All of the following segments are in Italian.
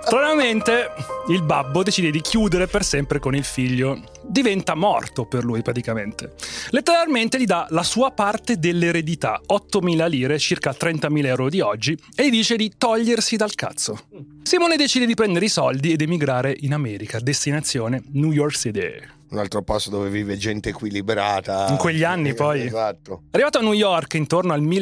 Stranamente, il babbo decide di chiudere per sempre con il figlio. Diventa morto per lui praticamente. Letteralmente gli dà la sua parte dell'eredità, 8.000 lire, circa 30.000 euro di oggi, e gli dice di togliersi dal cazzo. Simone decide di prendere i soldi ed emigrare in America, destinazione New York City. Un altro posto dove vive gente equilibrata. In quegli anni poi. Esatto. Arrivato a New York intorno al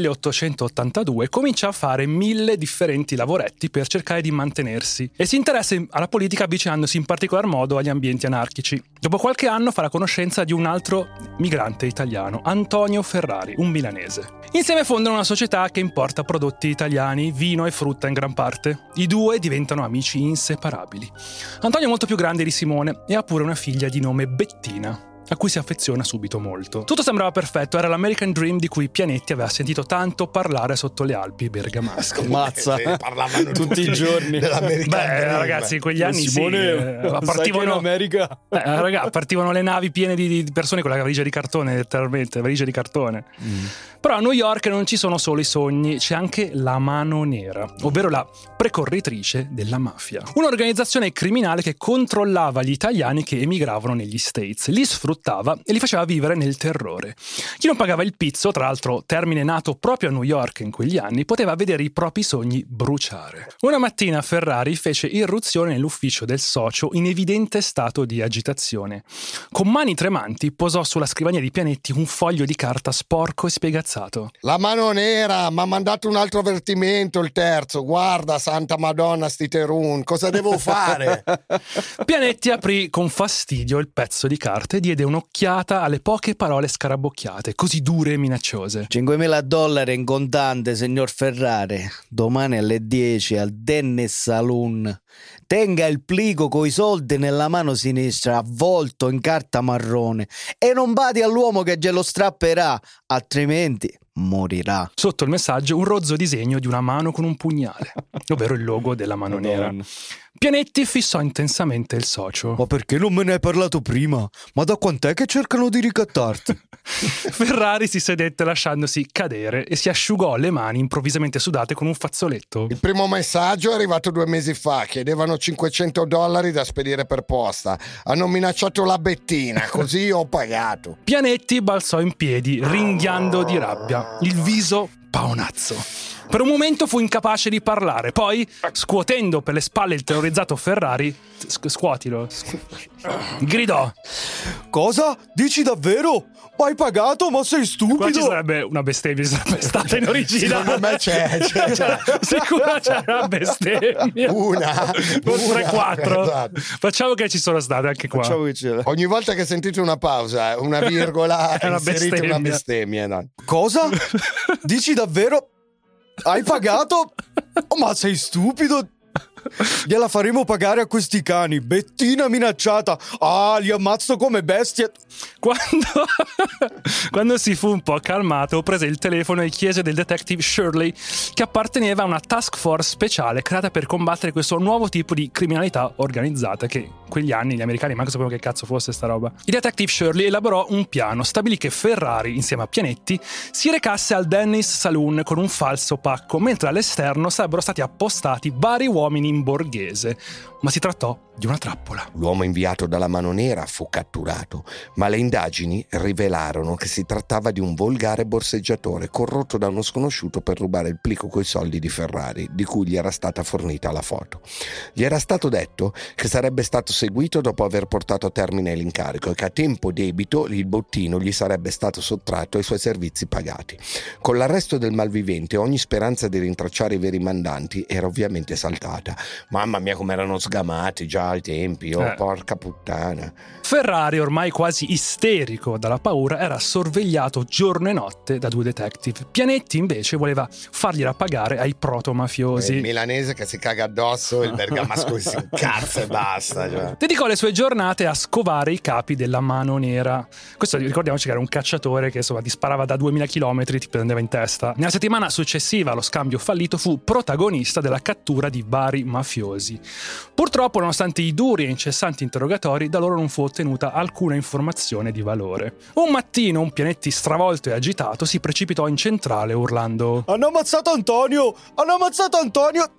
1882, comincia a fare 1000 differenti lavoretti per cercare di mantenersi e si interessa alla politica avvicinandosi in particolar modo agli ambienti anarchici. Dopo qualche anno fa la conoscenza di un altro migrante italiano, Antonio Ferrari, un milanese. Insieme fondano una società che importa prodotti italiani, vino e frutta in gran parte. I due diventano amici inseparabili. Antonio è molto più grande di Simone e ha pure una figlia di nome Bettina, a cui si affeziona subito molto. Tutto sembrava perfetto, era l'American Dream di cui Pianetti aveva sentito tanto parlare sotto le Alpi bergamasche. Mazza, parlavano tutti i giorni dell'American Dream. Ragazzi, in quegli anni Simone, partivano in America. Partivano le navi piene di persone con la valigia di cartone, letteralmente, valigia di cartone. Però a New York non ci sono solo i sogni, c'è anche la Mano Nera, ovvero la precorritrice della mafia. Un'organizzazione criminale che controllava gli italiani che emigravano negli States, li sfruttava e li faceva vivere nel terrore. Chi non pagava il pizzo, tra l'altro termine nato proprio a New York in quegli anni, poteva vedere i propri sogni bruciare. Una mattina Ferrari fece irruzione nell'ufficio del socio in evidente stato di agitazione. Con mani tremanti posò sulla scrivania di Pianetti un foglio di carta sporco e spiegazzato. La Mano Nera mi ha mandato un altro avvertimento, il terzo. Guarda, santa madonna, sti terun, cosa devo fare? Pianetti aprì con fastidio il pezzo di carta e diede un'occhiata alle poche parole scarabocchiate, così dure e minacciose. $5.000 in contante, signor Ferrari. Domani alle 10 al Dennis Saloon. Tenga il plico coi soldi nella mano sinistra, avvolto in carta marrone, e non badi all'uomo che glielo strapperà, altrimenti morirà. Sotto il messaggio un rozzo disegno di una mano con un pugnale, ovvero il logo della Mano Nera. Pianetti fissò intensamente il socio. Ma perché non me ne hai parlato prima? Ma da quant'è che cercano di ricattarti? Ferrari si sedette lasciandosi cadere e si asciugò le mani improvvisamente sudate con un fazzoletto. Il primo messaggio è arrivato 2 mesi fa. Chiedevano $500 da spedire per posta. Hanno minacciato la Bettina, così ho pagato. Pianetti balzò in piedi, ringhiando di rabbia, il viso paonazzo. Per un momento fu incapace di parlare, poi, scuotendo per le spalle il terrorizzato Ferrari, scuotilo, gridò: Cosa? Dici davvero? Ma hai pagato? Ma sei stupido? Qua ci sarebbe una bestemmia, ci sarebbe stata in originale. Secondo me c'è. Sicuro c'è una bestemmia. Una. 3-4. Esatto. Facciamo che ci sono state anche qua. Facciamo che ce l'è. Ogni volta che sentite una pausa, una virgola, È una inserite bestemmia. una bestemmia. No? Cosa? Dici davvero? Hai pagato? Oh, ma sei stupido? Gliela faremo pagare a questi cani. Bettina minacciata. Ah, li ammazzo come bestie. Quando si fu un po' calmato, prese il telefono e chiese del detective Shirley, che apparteneva a una task force speciale creata per combattere questo nuovo tipo di criminalità organizzata che in quegli anni gli americani manco sapevano che cazzo fosse sta roba. Il detective Shirley elaborò un piano, stabilì che Ferrari, insieme a Pianetti, si recasse al Dennis Saloon con un falso pacco, mentre all'esterno sarebbero stati appostati vari uomini in borghese, ma si trattò di una trappola. L'uomo inviato dalla Mano Nera fu catturato, ma le indagini rivelarono che si trattava di un volgare borseggiatore corrotto da uno sconosciuto per rubare il plico coi soldi di Ferrari, di cui gli era stata fornita la foto. Gli era stato detto che sarebbe stato seguito dopo aver portato a termine l'incarico e che a tempo debito il bottino gli sarebbe stato sottratto e i suoi servizi pagati. Con l'arresto del malvivente ogni speranza di rintracciare i veri mandanti era ovviamente saltata. Mamma mia come erano sgamati già ai tempi, porca puttana. Ferrari, ormai quasi isterico dalla paura, era sorvegliato giorno e notte da 2 detective. Pianetti invece voleva fargliela pagare ai proto-mafiosi. Il milanese che si caga addosso, il bergamasco che si incazza e basta. Cioè. Dedicò le sue giornate a scovare i capi della Mano Nera. Questo ricordiamoci che era un cacciatore che insomma ti sparava da 2000 km, ti prendeva in testa. Nella settimana successiva allo scambio fallito fu protagonista della cattura di vari mafiosi. Purtroppo, nonostante i duri e incessanti interrogatori, da loro non fu ottenuta alcuna informazione di valore. Un mattino un Pianetti stravolto e agitato si precipitò in centrale urlando: Hanno ammazzato Antonio! Hanno ammazzato Antonio!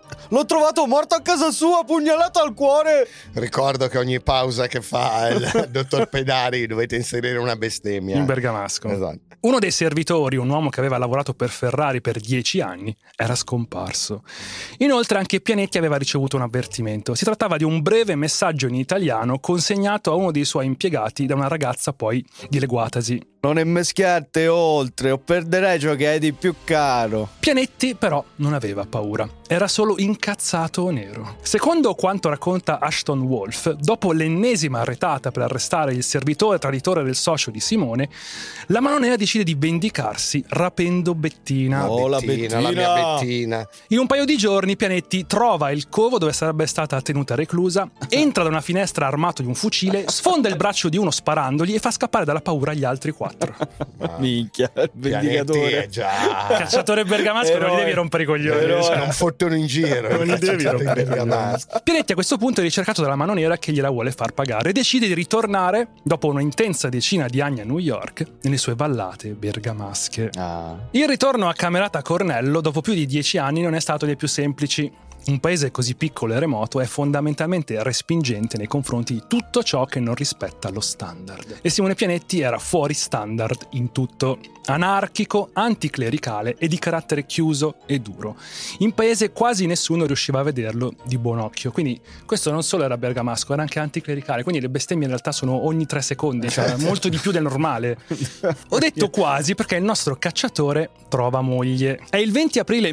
L'ho trovato morto a casa sua, pugnalato al cuore. Ricordo che ogni pausa che fa il dottor Pedari dovete inserire una bestemmia. In bergamasco. Esatto. Uno dei servitori, un uomo che aveva lavorato per Ferrari per 10 anni, era scomparso. Inoltre anche Pianetti aveva ricevuto un avvertimento. Si trattava di un breve messaggio in italiano consegnato a uno dei suoi impiegati da una ragazza poi dileguatasi. Non immischiate oltre o perderai ciò che hai di più caro. Pianetti però non aveva paura, era solo incazzato nero. Secondo quanto racconta Ashton Wolf, dopo l'ennesima retata per arrestare il servitore traditore del socio di Simone, la mano nera decide di vendicarsi rapendo Bettina. La mia Bettina. In un paio di giorni Pianetti trova il covo dove sarebbe stata tenuta reclusa, entra da una finestra armato di un fucile, sfonda il braccio di uno sparandogli e fa scappare dalla paura gli altri 4. Minchia, il vendicatore. Cacciatore bergamasco, non gli devi rompere i coglioni. Non fottono in giro. Non gli devi rompere. Bergamasco. Pianetti a questo punto è ricercato dalla mano nera che gliela vuole far pagare e decide di ritornare, dopo una intensa decina di anni a New York, nelle sue vallate bergamasche. Il ritorno a Camerata Cornello, dopo più di 10 anni, non è stato dei più semplici. Un paese così piccolo e remoto è fondamentalmente respingente nei confronti di tutto ciò che non rispetta lo standard. E Simone Pianetti era fuori standard in tutto. Anarchico, anticlericale e di carattere chiuso e duro. In paese quasi nessuno riusciva a vederlo di buon occhio. Quindi questo non solo era bergamasco, era anche anticlericale. Quindi le bestemmie in realtà sono ogni 3 secondi, cioè molto di più del normale. Ho detto quasi perché il nostro cacciatore trova moglie. È il 20 aprile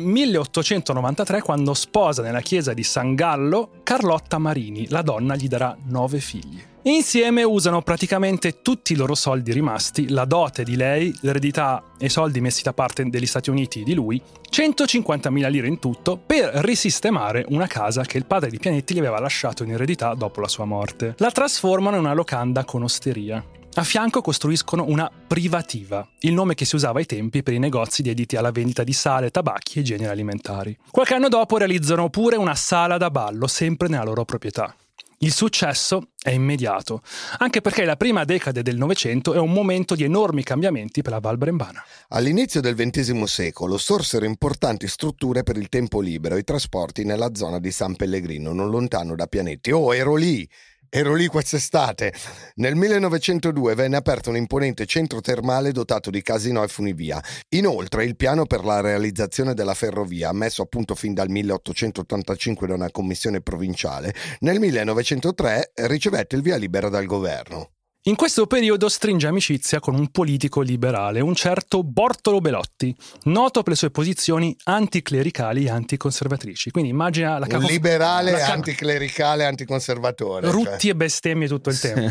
1893 quando sposa nella chiesa di San Gallo Carlotta Marini. La donna gli darà 9 figli. Insieme usano praticamente tutti i loro soldi rimasti, la dote di lei, l'eredità e i soldi messi da parte degli Stati Uniti di lui, 150.000 lire in tutto, per risistemare una casa che il padre di Pianetti gli aveva lasciato in eredità dopo la sua morte. La trasformano in una locanda con osteria. A fianco costruiscono una privativa, il nome che si usava ai tempi per i negozi dediti alla vendita di sale, tabacchi e generi alimentari. Qualche anno dopo realizzano pure una sala da ballo, sempre nella loro proprietà. Il successo è immediato, anche perché la prima decade del Novecento è un momento di enormi cambiamenti per la Val Brembana. All'inizio del XX secolo sorsero importanti strutture per il tempo libero e i trasporti nella zona di San Pellegrino, non lontano da Pianetti. Ero lì quest'estate. Nel 1902 venne aperto un imponente centro termale dotato di casinò e funivia. Inoltre il piano per la realizzazione della ferrovia, messo a punto fin dal 1885 da una commissione provinciale, nel 1903 ricevette il via libera dal governo. In questo periodo stringe amicizia con un politico liberale, un certo Bortolo Belotti, noto per le sue posizioni anticlericali e anticonservatrici. Quindi immagina un liberale, anticlericale, anticonservatore. Rutti e bestemmie tutto il tempo.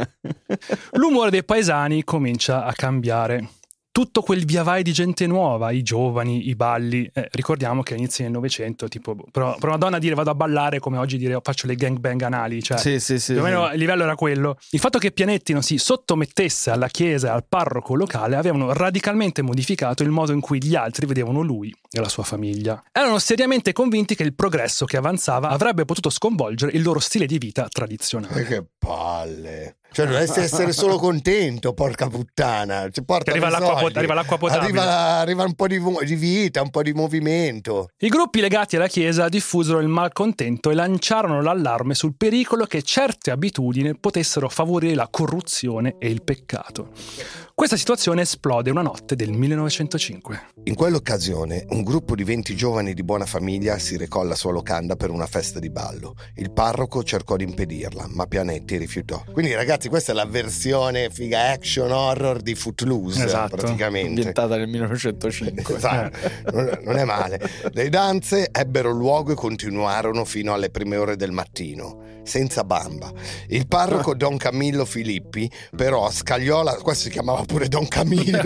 L'umore dei paesani comincia a cambiare. Tutto quel via vai di gente nuova, i giovani, i balli. Ricordiamo che all'inizio del Novecento, tipo, per una donna a dire vado a ballare come oggi dire faccio le gangbang anali, cioè sì, più o meno il livello era quello. Il fatto che Pianetti non si sottomettesse alla chiesa e al parroco locale avevano radicalmente modificato il modo in cui gli altri vedevano lui e la sua famiglia. Erano seriamente convinti che il progresso che avanzava avrebbe potuto sconvolgere il loro stile di vita tradizionale. Che palle! Cioè dovresti essere solo contento, porca puttana. Arriva l'acqua potabile. Arriva un po' di vita, un po' di movimento. I gruppi legati alla chiesa diffusero il malcontento e lanciarono l'allarme sul pericolo che certe abitudini potessero favorire la corruzione e il peccato. Questa situazione esplode una notte del 1905. In quell'occasione un gruppo di 20 giovani di buona famiglia si recò alla sua locanda per una festa di ballo. Il parroco cercò di impedirla, ma Pianetti rifiutò. Quindi ragazzi, questa è la versione figa action horror di Footloose, esatto, praticamente. Ambientata nel 1905. Esatto. Non è male. Le danze ebbero luogo e continuarono fino alle prime ore del mattino, senza bamba. Il parroco Don Camillo Filippi però scagliò questo si chiamava pure Don Camillo.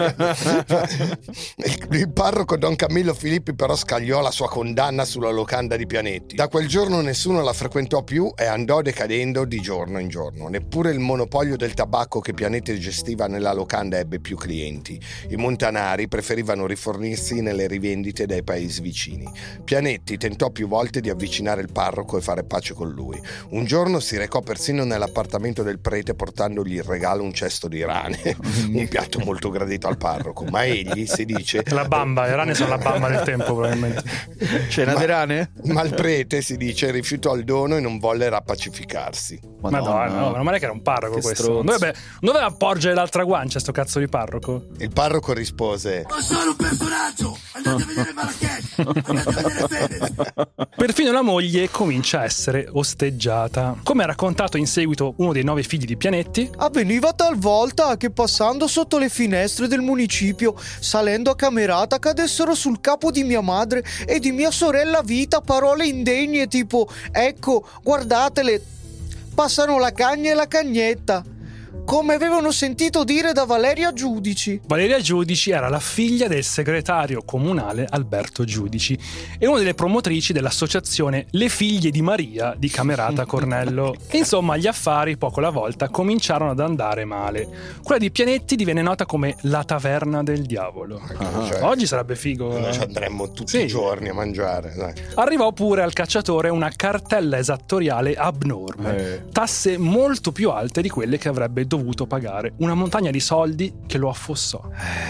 Il parroco Don Camillo Filippi però scagliò la sua condanna sulla locanda di Pianetti. Da quel giorno nessuno la frequentò più e andò decadendo di giorno in giorno. Neppure Neppure il monopolio del tabacco che Pianetti gestiva nella locanda ebbe più clienti. I montanari preferivano rifornirsi nelle rivendite dai paesi vicini. Pianetti tentò più volte di avvicinare il parroco e fare pace con lui. Un giorno si recò persino nell'appartamento del prete portandogli in regalo un cesto di rane, un piatto molto gradito al parroco, ma egli, si dice... La bamba, le rane sono la bamba del tempo probabilmente. C'era delle rane? Ma il prete, si dice, rifiutò il dono e non volle rappacificarsi. Madonna, no, non è che era un parroco Che questo. stronzo. Non doveva appoggiare l'altra guancia sto cazzo di parroco. Il parroco rispose: Ma sono un personaggio! Andate a vedere Marrakesh! Andate a vedere Fedez! Perfino la moglie comincia a essere osteggiata. Come ha raccontato in seguito uno dei 9 figli di Pianetti, Avveniva talvolta che passando sotto le finestre del municipio, salendo a Camerata, cadessero sul capo di mia madre e di mia sorella Vita parole indegne tipo «Ecco, guardatele, passano la cagna e la cagnetta», come avevano sentito dire da Valeria Giudici. Valeria Giudici era la figlia del segretario comunale Alberto Giudici e una delle promotrici dell'associazione Le Figlie di Maria di Camerata Cornello. E insomma, gli affari poco alla volta cominciarono ad andare male. Quella di Pianetti divenne nota come la taverna del diavolo. Cioè, Oggi sarebbe figo. noi ci andremmo tutti Sì. i giorni a mangiare, dai. Arrivò pure al cacciatore una cartella esattoriale abnorme, tasse molto più alte di quelle che avrebbe dovuto pagare, una montagna di soldi che lo affossò.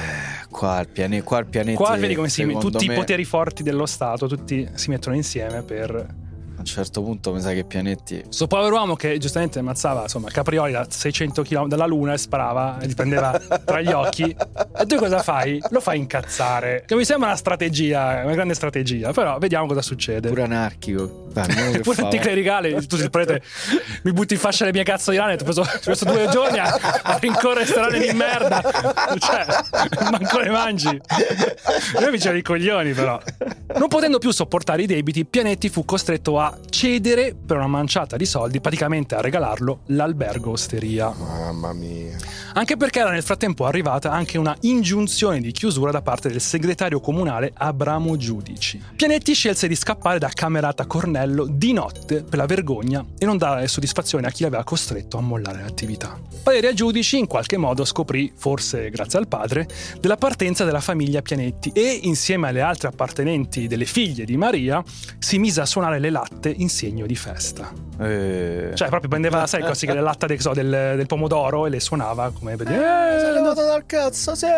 Qua il pianeta. Qua vedi come tutti i poteri forti dello Stato, tutti si mettono insieme per... A un certo punto mi sa che Pianetti... Sto povero uomo che giustamente ammazzava, insomma, caprioli da 600 km dalla luna e sparava e li prendeva tra gli occhi. E tu cosa fai? Lo fai incazzare. Che mi sembra una strategia, una grande strategia, però vediamo cosa succede. Pure anarchico. Pure anticlericale. Tu il prete mi butti in fascia le mie cazzo di rane. Ti ho preso 2 giorni a rincorrere ste rane di merda. Cioè, manco le mangi. Io mi c'ero i coglioni, però. Non potendo più sopportare i debiti, Pianetti fu costretto a cedere per una manciata di soldi, praticamente a regalarlo l'albergo osteria. Mamma mia. Anche perché era nel frattempo arrivata anche una ingiunzione di chiusura da parte del segretario comunale Abramo Giudici. Pianetti scelse di scappare da Camerata Cornello di notte per la vergogna e non dare soddisfazione a chi l'aveva costretto a mollare l'attività. Valeria Giudici in qualche modo scoprì, forse grazie al padre, della partenza della famiglia Pianetti e, insieme alle altre appartenenti delle figlie di Maria, si mise a suonare le latte in segno di festa. Cioè proprio prendeva, sai, così che le latte del pomodoro e le suonava come per dire sei levato dal cazzo, sì!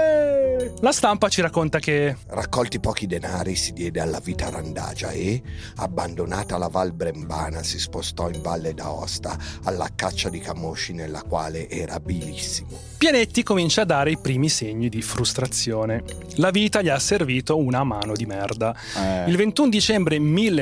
La stampa ci racconta che Raccolti pochi denari si diede alla vita randagia e, abbandonata la Val Brembana, si spostò in Valle d'Aosta alla caccia di camosci nella quale era abilissimo. Pianetti comincia a dare i primi segni di frustrazione. La vita gli ha servito una mano di merda. Il 21 dicembre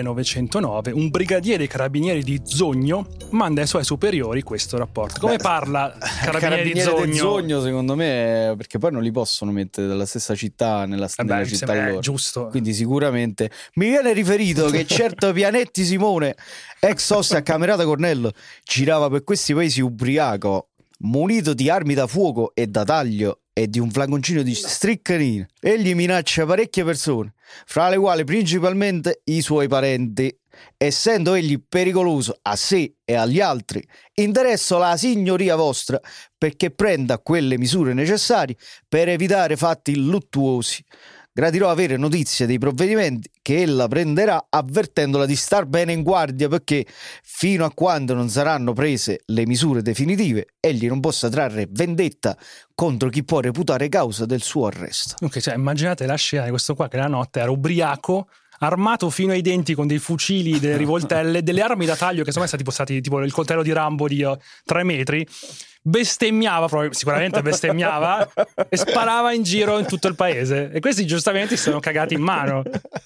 1909 un brigadiere dei carabinieri di Zogno manda ai suoi superiori questo rapporto. Come parla carabinieri di Zogno? Zogno, secondo me, perché poi non li possono mettere dalla stessa città nella mi città sembra loro. giusto. Quindi sicuramente mi viene riferito che certo Pianetti Simone, ex oste a Camerata Cornello, girava per questi paesi ubriaco, munito di armi da fuoco e da taglio e di un flaconcino di striccanina. Egli minaccia parecchie persone, fra le quali principalmente i suoi parenti. Essendo egli pericoloso a sé e agli altri, interesso la signoria vostra perché prenda quelle misure necessarie per evitare fatti luttuosi. Gradirò avere notizie dei provvedimenti che ella prenderà, avvertendola di star bene in guardia perché fino a quando non saranno prese le misure definitive egli non possa trarre vendetta contro chi può reputare causa del suo arresto. Ok, cioè immaginate la scena di questo qua che la notte era ubriaco, armato fino ai denti con dei fucili, delle rivoltelle, delle armi da taglio che sono stati tipo il coltello di Rambo di 3 metri, bestemmiava, sicuramente bestemmiava e sparava in giro in tutto il paese e questi giustamente si sono cagati in mano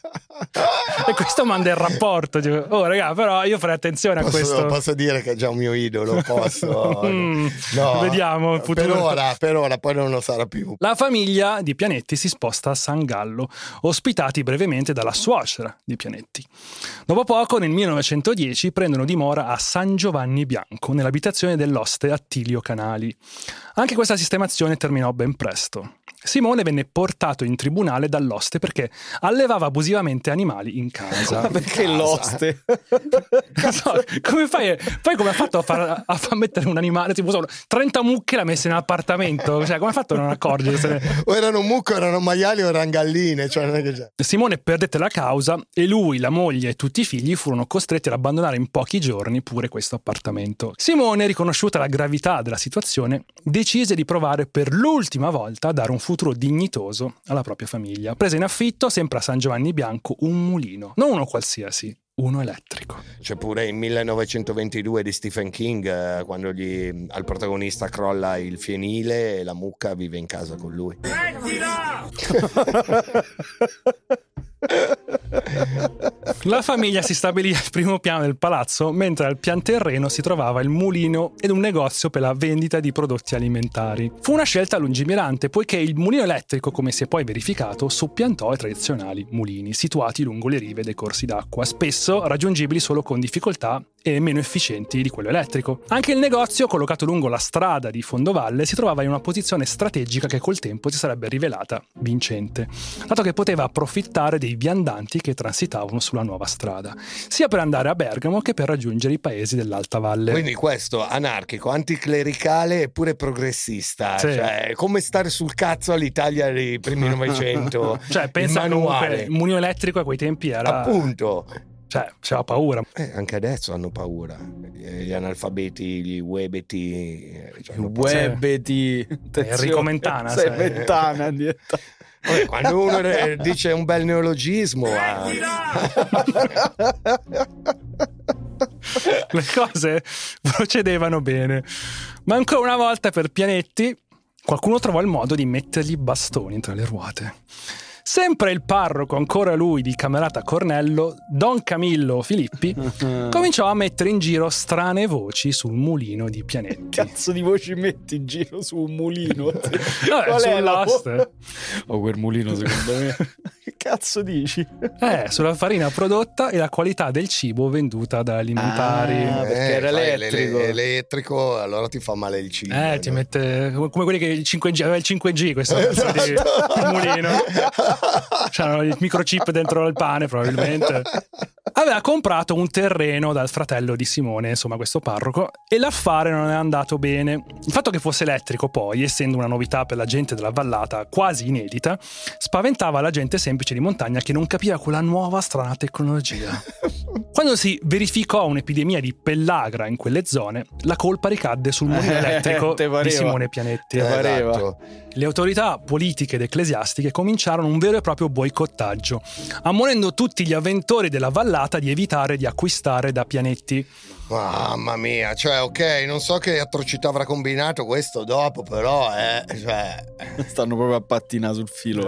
e questo manda il rapporto, dico, oh raga, però io farei attenzione a questo. Posso dire che è già un mio idolo, posso? No, vediamo per ora poi non lo sarà più. La famiglia di Pianetti si sposta a San Gallo, ospitati brevemente dalla suocera di Pianetti. Dopo poco, nel 1910, prendono dimora a San Giovanni Bianco, nell'abitazione dell'oste Attilio Canini. canali. Anche questa sistemazione terminò ben presto. Simone venne portato in tribunale dall'oste perché allevava abusivamente animali in casa. Ma perché l'oste? So, come fai? Poi come ha fatto a far mettere un animale tipo 30 mucche, l'ha messa in appartamento? Cioè, come ha fatto a non accorgersene? O erano mucche, o erano maiali, o erano galline, cioè non è che c'è. Simone perdette la causa e lui, la moglie e tutti i figli furono costretti ad abbandonare in pochi giorni pure questo appartamento. Simone, riconosciuta la gravità della situazione, decise di provare per l'ultima volta a dare un futuro dignitoso alla propria famiglia. Prese in affitto, sempre a San Giovanni Bianco, un mulino. Non uno qualsiasi, uno elettrico. C'è pure in 1922 di Stephen King, quando al protagonista crolla il fienile e la mucca vive in casa con lui. La famiglia si stabilì al primo piano del palazzo, mentre al pian terreno si trovava il mulino ed un negozio per la vendita di prodotti alimentari. Fu una scelta lungimirante, poiché il mulino elettrico, come si è poi verificato, soppiantò i tradizionali mulini situati lungo le rive dei corsi d'acqua, spesso raggiungibili solo con difficoltà e meno efficienti di quello elettrico. Anche il negozio, collocato lungo la strada di fondovalle, si trovava in una posizione strategica che col tempo si sarebbe rivelata vincente, dato che poteva approfittare dei viandanti che transitavano sulla nuova strada, sia per andare a Bergamo che per raggiungere i paesi dell'Alta Valle. Quindi questo, anarchico, anticlericale e pure progressista, sì. Cioè come stare sul cazzo all'italiana dei primi Novecento. Cioè pensa comunque, il mulino elettrico a quei tempi era... Appunto. Cioè, c'era paura. Anche adesso hanno paura. Gli analfabeti, gli webeti. Webeti. Enrico Mentana. Sei Mentana. Quando uno dice un bel neologismo. Le cose procedevano bene. Ma ancora una volta per Pianetti, qualcuno trovò il modo di mettergli i bastoni tra le ruote. Sempre il parroco, ancora lui di Camerata Cornello, Don Camillo Filippi, cominciò a mettere in giro strane voci sul mulino di Pianetti. Cazzo di voci metti in giro su un mulino? Vabbè, sull'oste. Quel mulino secondo me. Che cazzo dici? Sulla farina prodotta e la qualità del cibo venduta da alimentari. Perché era elettrico. Elettrico, allora ti fa male il cibo. Ti mette come quelli che il 5G aveva il 5G, questo di mulino. C'erano il microchip dentro il pane probabilmente. Aveva comprato un terreno dal fratello di Simone, insomma questo parroco, e l'affare non è andato bene. Il fatto che fosse elettrico poi, essendo una novità per la gente della vallata quasi inedita, spaventava la gente semplice di montagna che non capiva quella nuova strana tecnologia. Quando si verificò un'epidemia di pellagra in quelle zone, la colpa ricadde sul mulino elettrico di Simone Pianetti. Esatto. Le autorità politiche ed ecclesiastiche cominciarono un vero e proprio boicottaggio, ammonendo tutti gli avventori della vallata di evitare di acquistare da Pianetti. Mamma mia, cioè ok, non so che atrocità avrà combinato questo dopo, però stanno proprio a pattinare sul filo.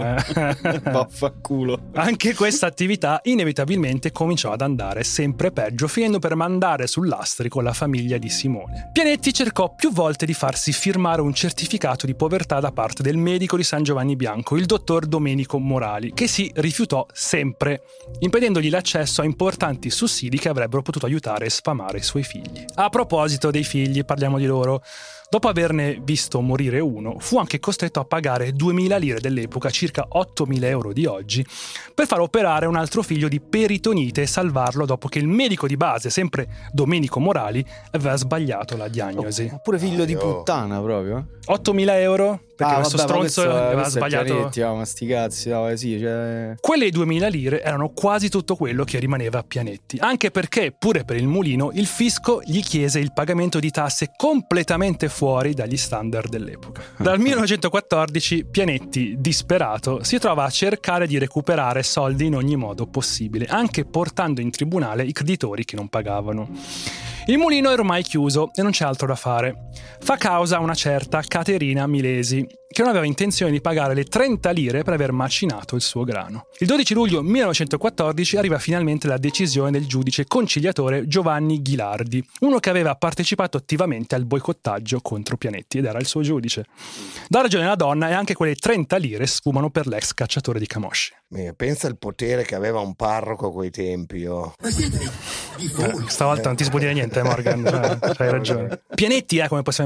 Vaffanculo. Anche questa attività inevitabilmente cominciò ad andare sempre peggio, finendo per mandare sul lastrico la famiglia di Simone. Pianetti cercò più volte di farsi firmare un certificato di povertà da parte del medico di San Giovanni Bianco, il dottor Domenico Morali, che si rifiutò sempre, impedendogli l'accesso a importanti sussidi che avrebbero potuto aiutare e sfamare i suoi figli. A proposito dei figli, parliamo di loro. Dopo averne visto morire uno, fu anche costretto a pagare 2.000 lire dell'epoca, circa 8.000 euro di oggi, per far operare un altro figlio di peritonite e salvarlo dopo che il medico di base, sempre Domenico Morali, aveva sbagliato la diagnosi. Pure figlio di puttana proprio. 8.000 euro? Perché questo stronzo aveva sbagliato. Pianetti, ma sti cazzi, sì, cioè... Quelle 2.000 lire erano quasi tutto quello che rimaneva a Pianetti, anche perché, pure per il mulino, il fisco gli chiese il pagamento di tasse completamente fuori dagli standard dell'epoca. Dal 1914 Pianetti, disperato, si trova a cercare di recuperare soldi in ogni modo possibile, anche portando in tribunale i creditori che non pagavano. Il mulino è ormai chiuso e non c'è altro da fare. Fa causa a una certa Caterina Milesi, che non aveva intenzione di pagare le 30 lire per aver macinato il suo grano. Il 12 luglio 1914 arriva finalmente la decisione del giudice conciliatore Giovanni Ghilardi, uno che aveva partecipato attivamente al boicottaggio contro Pianetti ed era il suo giudice. Dà ragione alla donna e anche quelle 30 lire sfumano per l'ex cacciatore di camosci. Pensa al potere che aveva un parroco a quei tempi. Stavolta non ti si può dire niente, Morgan, hai ragione. Pianetti, come possiamo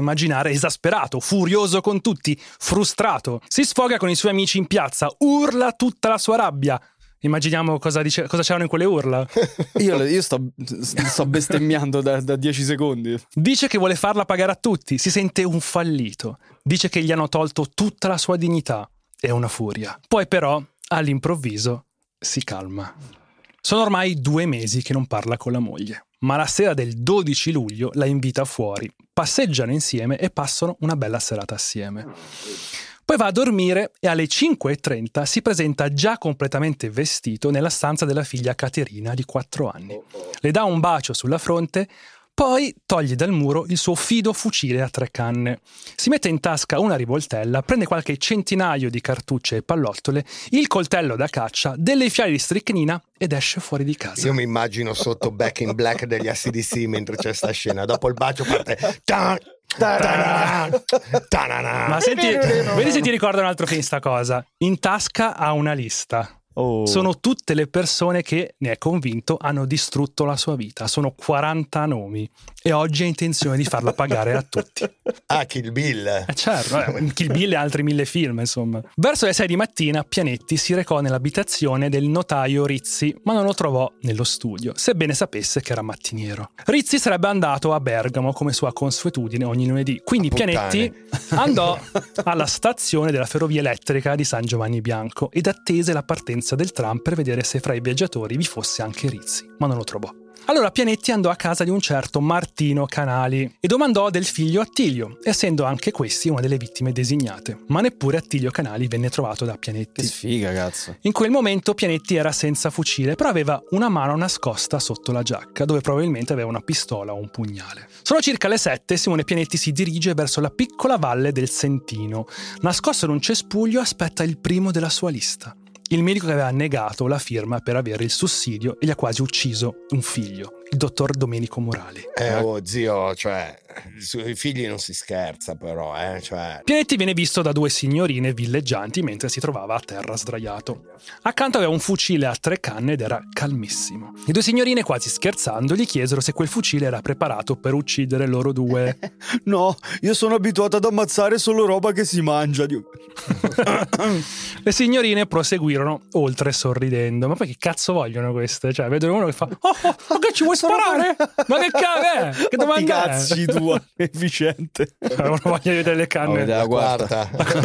immaginare esasperato, furioso con tutti, frustrato. Si sfoga con i suoi amici in piazza, urla tutta la sua rabbia. Immaginiamo cosa c'erano in quelle urla. Io sto bestemmiando da 10 secondi. Dice che vuole farla pagare a tutti, si sente un fallito. Dice che gli hanno tolto tutta la sua dignità. È una furia. Poi però, all'improvviso, si calma. Sono ormai 2 mesi che non parla con la moglie, ma la sera del 12 luglio la invita fuori. Passeggiano insieme e passano una bella serata assieme. Poi va a dormire e alle 5:30 si presenta già completamente vestito nella stanza della figlia Caterina di 4 anni. Le dà un bacio sulla fronte, poi toglie dal muro il suo fido fucile a 3 canne. Si mette in tasca una rivoltella, prende qualche centinaio di cartucce e pallottole, il coltello da caccia, delle fiale di stricnina ed esce fuori di casa. Io mi immagino sotto Back in Black degli AC/DC mentre c'è sta scena. Dopo il bacio parte... Ma senti, vedi se ti ricorda un altro film sta cosa. In tasca ha una lista. Sono tutte le persone che, ne è convinto, hanno distrutto la sua vita. Sono 40 nomi e oggi ha intenzione di farla pagare a tutti. Ah, Kill Bill. Certo, Kill Bill e altri 1000 film, insomma. Verso le 6 di mattina Pianetti si recò nell'abitazione del notaio Rizzi, ma non lo trovò nello studio, sebbene sapesse che era mattiniero. Rizzi sarebbe andato a Bergamo come sua consuetudine ogni lunedì, quindi Pianetti andò alla stazione della ferrovia elettrica di San Giovanni Bianco ed attese la partenza del tram per vedere se fra i viaggiatori vi fosse anche Rizzi, ma non lo trovò. Allora Pianetti andò a casa di un certo Martino Canali e domandò del figlio Attilio, essendo anche questi una delle vittime designate. Ma neppure Attilio Canali venne trovato da Pianetti. Che sfiga, cazzo. In quel momento Pianetti era senza fucile, però aveva una mano nascosta sotto la giacca, dove probabilmente aveva una pistola o un pugnale. Sono circa le 7 e Simone Pianetti si dirige verso la piccola valle del Sentino. Nascosto in un cespuglio aspetta il primo della sua lista. Il medico che aveva negato la firma per avere il sussidio e gli ha quasi ucciso un figlio, il dottor Domenico Morali. Zio, cioè, sui figli non si scherza però, cioè... Pianetti viene visto da 2 signorine villeggianti mentre si trovava a terra sdraiato. Accanto aveva un fucile a 3 canne ed era calmissimo. Le 2 signorine, quasi scherzando, gli chiesero se quel fucile era preparato per uccidere loro 2. No, io sono abituato ad ammazzare solo roba che si mangia. Le signorine proseguirono oltre sorridendo. Ma poi che cazzo vogliono queste? Cioè, vedono uno che fa ma che ci vuoi sparare? Ma che cazzo è? Che domanda è? Cazzi tua, efficiente. Non voglio vedere le canne. La quarta.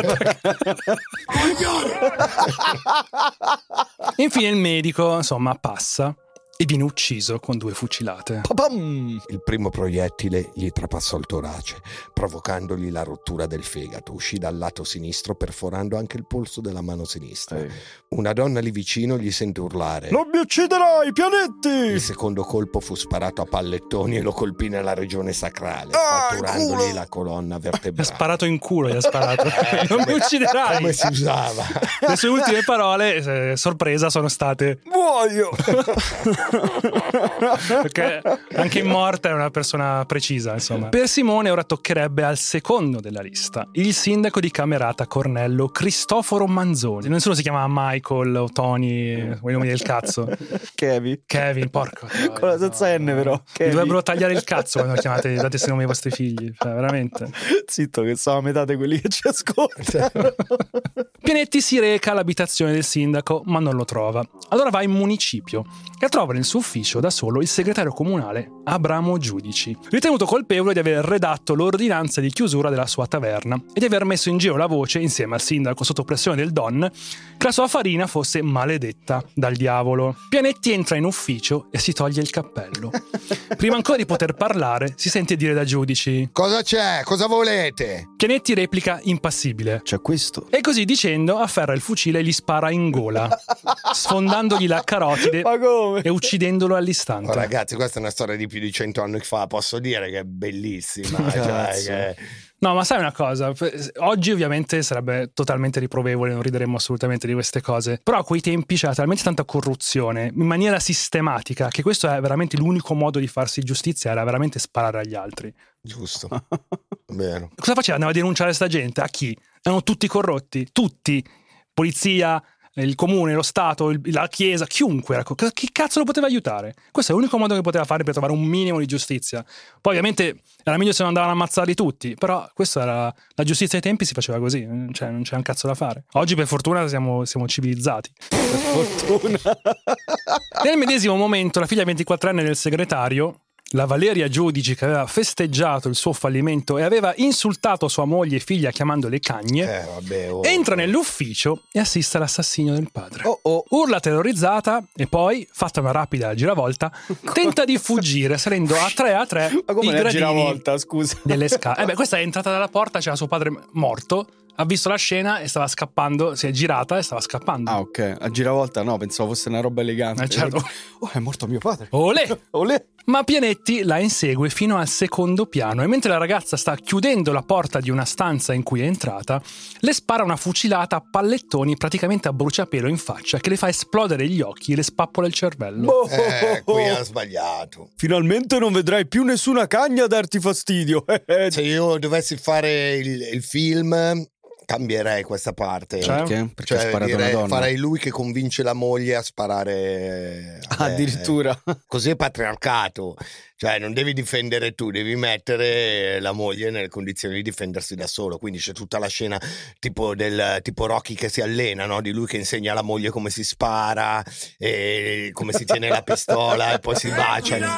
Infine il medico, insomma, passa e viene ucciso con 2 fucilate. Il primo proiettile gli trapassò il torace, provocandogli la rottura del fegato. Uscì dal lato sinistro, perforando anche il polso della mano sinistra. Una donna lì vicino gli sente urlare: non mi ucciderai, Pianetti! Il secondo colpo fu sparato a pallettoni e lo colpì nella regione sacrale, fratturandogli la colonna vertebrale. Ha sparato in culo, gli ha sparato. Non mi ucciderai! Come si usava? Le sue ultime parole, sorpresa, sono state: muoio! Perché anche in morte è una persona precisa, insomma. Per Simone ora toccherebbe al secondo della lista, il sindaco di Camerata Cornello Cristoforo Manzoni. Nessuno si chiama Michael o Tony, quei nomi del cazzo. Kevin, porco. Con la senza N però. Dovrebbero tagliare il cazzo quando chiamate, date questi nomi ai vostri figli, cioè veramente. Zitto che sono a metà di quelli che ci ascoltano. Pianetti si reca all'abitazione del sindaco, ma non lo trova. Allora va in municipio e trova nel suo ufficio da solo il segretario comunale Abramo Giudici, ritenuto colpevole di aver redatto l'ordinanza di chiusura della sua taverna e di aver messo in giro la voce, insieme al sindaco sotto pressione del Don, che la sua farina fosse maledetta dal diavolo. Pianetti entra in ufficio e si toglie il cappello. Prima ancora di poter parlare, si sente dire da Giudici: cosa c'è? Cosa volete? Pianetti replica impassibile: c'è questo. E così dicendo afferra il fucile e gli spara in gola, sfondandogli la carotide e uccidendolo all'istante. Oh, ragazzi, questa è una storia di più di 100 anni fa, posso dire che è bellissima. No, ma sai una cosa? Oggi ovviamente sarebbe totalmente riprovevole, non rideremmo assolutamente di queste cose, però a quei tempi c'era talmente tanta corruzione in maniera sistematica che questo è veramente l'unico modo di farsi giustizia, era veramente sparare agli altri. Giusto. Vero. Cosa faceva? Andava a denunciare sta gente? A chi? Erano tutti corrotti, tutti. Polizia, il comune, lo Stato, la Chiesa, chiunque, chi cazzo lo poteva aiutare? Questo è l'unico modo che poteva fare per trovare un minimo di giustizia. Poi ovviamente era meglio se non andavano a ammazzarli tutti, però questa era la giustizia ai tempi, si faceva così, cioè non c'è un cazzo da fare. Oggi per fortuna siamo civilizzati. Per fortuna. Nel medesimo momento la figlia 24enne del segretario, la Valeria Giudici, che aveva festeggiato il suo fallimento e aveva insultato sua moglie e figlia chiamandole cagne, entra nell'ufficio e assiste all'assassinio del padre. Urla terrorizzata e poi, fatta una rapida giravolta, tenta di fuggire salendo a 3 Ma come i una gradini giravolta, scusa? delle scale. Questa è entrata dalla porta, c'era suo padre morto, ha visto la scena e stava scappando, si è girata e stava scappando. Ah, ok. A giravolta no, pensavo fosse una roba elegante. Certo. Oh, è morto mio padre. Olè! Olè! Ma Pianetti la insegue fino al secondo piano e mentre la ragazza sta chiudendo la porta di una stanza in cui è entrata, le spara una fucilata a pallettoni praticamente a bruciapelo in faccia che le fa esplodere gli occhi e le spappola il cervello. Qui ha sbagliato. Finalmente non vedrai più nessuna cagna a darti fastidio. Se io dovessi fare il film, cambierei questa parte. Perché? Perché ha sparato direi, una donna? farei lui che convince la moglie a sparare. Addirittura. Così è patriarcato. Cioè non devi difendere tu, devi mettere la moglie nelle condizioni di difendersi da solo. Quindi c'è tutta la scena tipo Rocky che si allena, no? Di lui che insegna alla moglie come si spara e come si tiene la pistola e poi si baciano.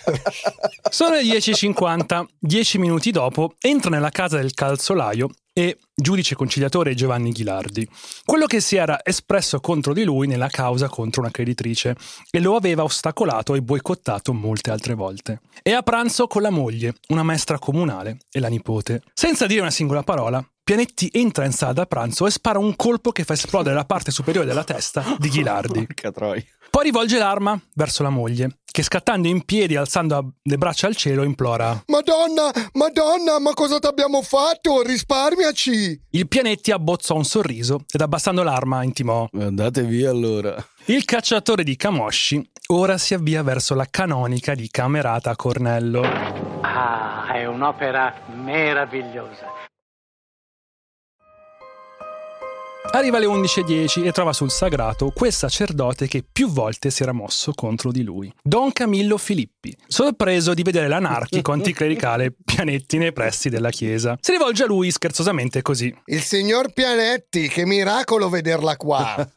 Sono le 10:50, 10 minuti dopo entra nella casa del calzolaio e giudice conciliatore Giovanni Ghilardi, quello che si era espresso contro di lui nella causa contro una creditrice e lo aveva ostacolato e boicottato molte altre volte. È a pranzo con la moglie, una maestra comunale e la nipote. Senza dire una singola parola, Pianetti entra in sala da pranzo e spara un colpo che fa esplodere la parte superiore della testa di Ghilardi. Porca troia. Poi rivolge l'arma verso la moglie, che scattando in piedi, alzando le braccia al cielo, implora: Madonna, ma cosa t'abbiamo fatto? Risparmiaci! Il Pianetti abbozzò un sorriso ed abbassando l'arma intimò: Andate via allora. Il cacciatore di camosci ora si avvia verso la canonica di Camerata Cornello. Ah, è un'opera meravigliosa. Arriva alle 11:10 e trova sul sagrato quel sacerdote che più volte si era mosso contro di lui, Don Camillo Filippi, sorpreso di vedere l'anarchico anticlericale Pianetti nei pressi della chiesa. Si rivolge a lui scherzosamente così: Il signor Pianetti, che miracolo vederla qua!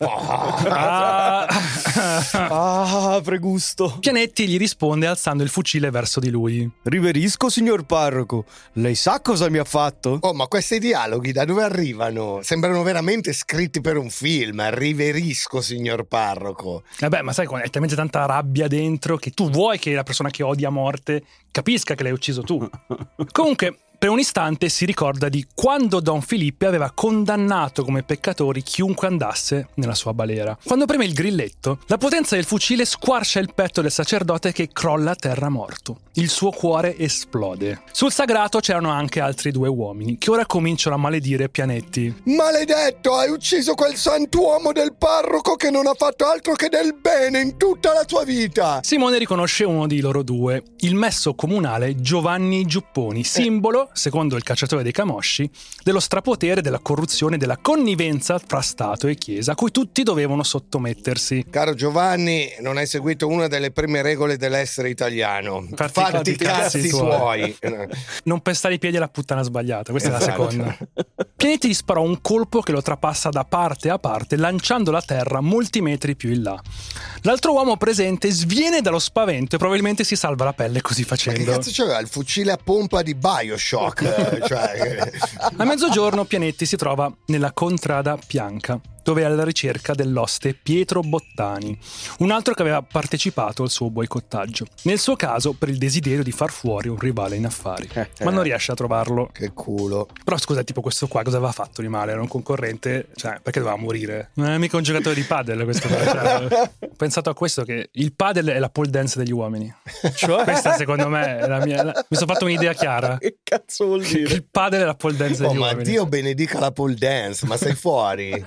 Pregusto. Pianetti gli risponde alzando il fucile verso di lui. Riverisco, signor parroco. Lei sa cosa mi ha fatto? Oh, ma questi dialoghi da dove arrivano? Sembrano veramente scritti per un film. Riverisco, signor parroco. Ma sai, hai talmente tanta rabbia dentro che tu vuoi che la persona che odia a morte capisca che l'hai ucciso tu. Comunque, per un istante si ricorda di quando Don Filippi aveva condannato come peccatori chiunque andasse nella sua balera. Quando preme il grilletto, la potenza del fucile squarcia il petto del sacerdote che crolla a terra morto. Il suo cuore esplode. Sul sagrato c'erano anche altri 2 uomini che ora cominciano a maledire Pianetti. Maledetto, hai ucciso quel santuomo del parroco che non ha fatto altro che del bene in tutta la sua vita. Simone riconosce uno di loro 2, il messo comunale Giovanni Giupponi, simbolo, secondo il cacciatore dei camosci, dello strapotere, della corruzione, della connivenza fra Stato e Chiesa, a cui tutti dovevano sottomettersi. Caro Giovanni, non hai seguito una delle prime regole dell'essere italiano. Fatti i cazzi suoi. Non pestare i piedi alla puttana sbagliata, questa è la seconda. Pianetti gli sparò un colpo che lo trapassa da parte a parte, lanciandolo a terra molti metri più in là. L'altro uomo presente sviene dallo spavento e probabilmente si salva la pelle così facendo. Ma che cazzo c'aveva? Il fucile a pompa di BioShock? A mezzogiorno Pianetti si trova nella contrada Pianca, dove è alla ricerca dell'oste Pietro Bottani, un altro che aveva partecipato al suo boicottaggio. Nel suo caso per il desiderio di far fuori un rivale in affari, ma non riesce a trovarlo. Che culo. Però scusa, tipo questo qua cosa aveva fatto di male? Era un concorrente? Cioè, perché doveva morire? Non è mica un giocatore di padel questo qua. Cioè, ho pensato a questo, che il padel è la pole dance degli uomini. Cioè, questa secondo me è la mia... Mi sono fatto un'idea chiara. Che cazzo vuol dire? Il padel è la pole dance degli uomini. Ma Dio benedica la pole dance, ma sei fuori? Sì,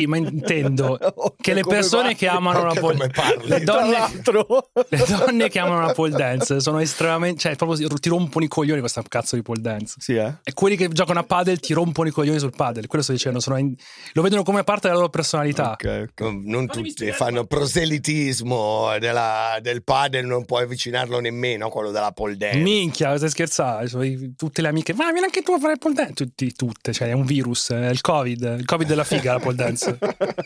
Sì, ma intendo che le persone che amano la pole come le donne che amano la pole dance sono estremamente, cioè proprio ti rompono i coglioni questa cazzo di pole dance. Sì, E quelli che giocano a padel ti rompono i coglioni sul padel. Quello sto dicendo, lo vedono come parte della loro personalità. Ok. Non tutti fanno proselitismo del padel, non puoi avvicinarlo nemmeno, quello della pole dance. Minchia, stai scherzando? Tutte le amiche, ma vieni anche tu a fare il pole dance. Tutte, cioè è un virus, è il Covid della figa la pole dance.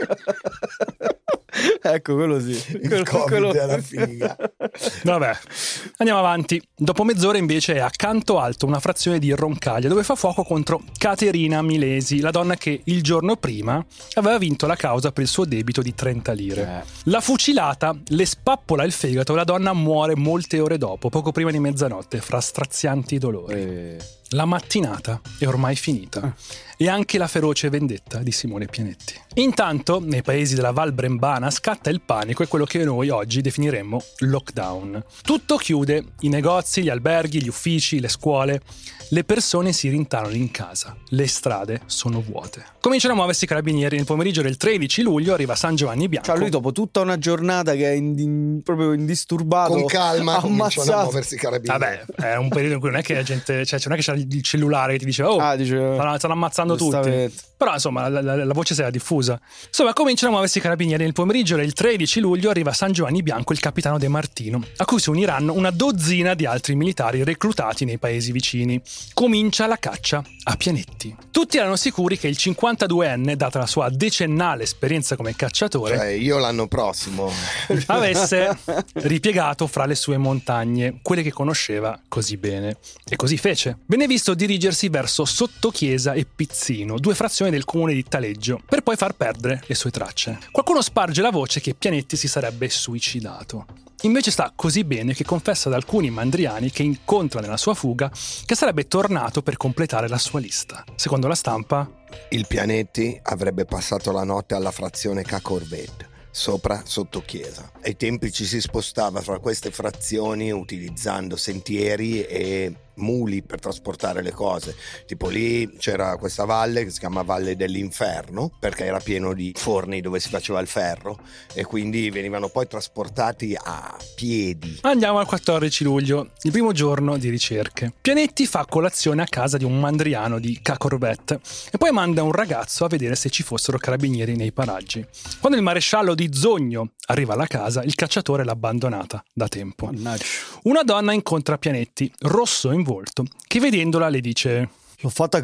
Ecco, quello sì. Il Covid della figa. Vabbè, andiamo avanti. Dopo mezz'ora invece è a Canto Alto, una frazione di Roncaglia, dove fa fuoco contro Caterina Milesi, la donna che il giorno prima aveva vinto la causa per il suo debito di 30 lire. La fucilata le spappola il fegato e la donna muore molte ore dopo, poco prima di mezzanotte, fra strazianti dolori. La mattinata è ormai finita e anche la feroce vendetta di Simone Pianetti. Intanto, nei paesi della Val Brembana scatta il panico e quello che noi oggi definiremmo lockdown. Tutto chiude, i negozi, gli alberghi, gli uffici, le scuole. Le persone si rintanano in casa, le strade sono vuote. Cominciano a muoversi i carabinieri. Nel pomeriggio del 13 luglio arriva San Giovanni Bianco. Cioè lui dopo tutta una giornata che è proprio indisturbato, con calma cominciano a ammazzato. muoversi i carabinieri. Vabbè, è un periodo in cui non è che la gente, cioè non è che c'è il cellulare che ti dice stanno ammazzando tutti. Però insomma la voce si era diffusa. Insomma, cominciano a muoversi i carabinieri. Nel pomeriggio del 13 luglio arriva San Giovanni Bianco, il capitano De Martino, a cui si uniranno una dozzina di altri militari reclutati nei paesi vicini. Comincia la caccia a Pianetti. Tutti erano sicuri che il 52enne, data la sua decennale esperienza come cacciatore, io l'anno prossimo avesse ripiegato fra le sue montagne, quelle che conosceva così bene. E così fece. Venne visto dirigersi verso Sottochiesa e Pizzino, due frazioni del comune di Taleggio, per poi far perdere le sue tracce. Qualcuno sparge la voce che Pianetti si sarebbe suicidato. Invece sta così bene che confessa ad alcuni mandriani che incontra nella sua fuga che sarebbe tornato per completare la sua lista. Secondo la stampa, il Pianetti avrebbe passato la notte alla frazione Cacorvet, sopra Sottochiesa. Ai tempi ci si spostava fra queste frazioni utilizzando sentieri e muli per trasportare le cose. Tipo lì c'era questa valle che si chiama Valle dell'Inferno, perché era pieno di forni dove si faceva il ferro e quindi venivano poi trasportati a piedi. Andiamo al 14 luglio, il primo giorno di ricerche. Pianetti fa colazione a casa di un mandriano di Cacorvet e poi manda un ragazzo a vedere se ci fossero carabinieri nei paraggi. Quando il maresciallo di Zogno arriva alla casa, il cacciatore l'ha abbandonata da tempo. Mannaggia. Una donna incontra Pianetti, rosso in volto, che vedendola le dice: L'ho fatta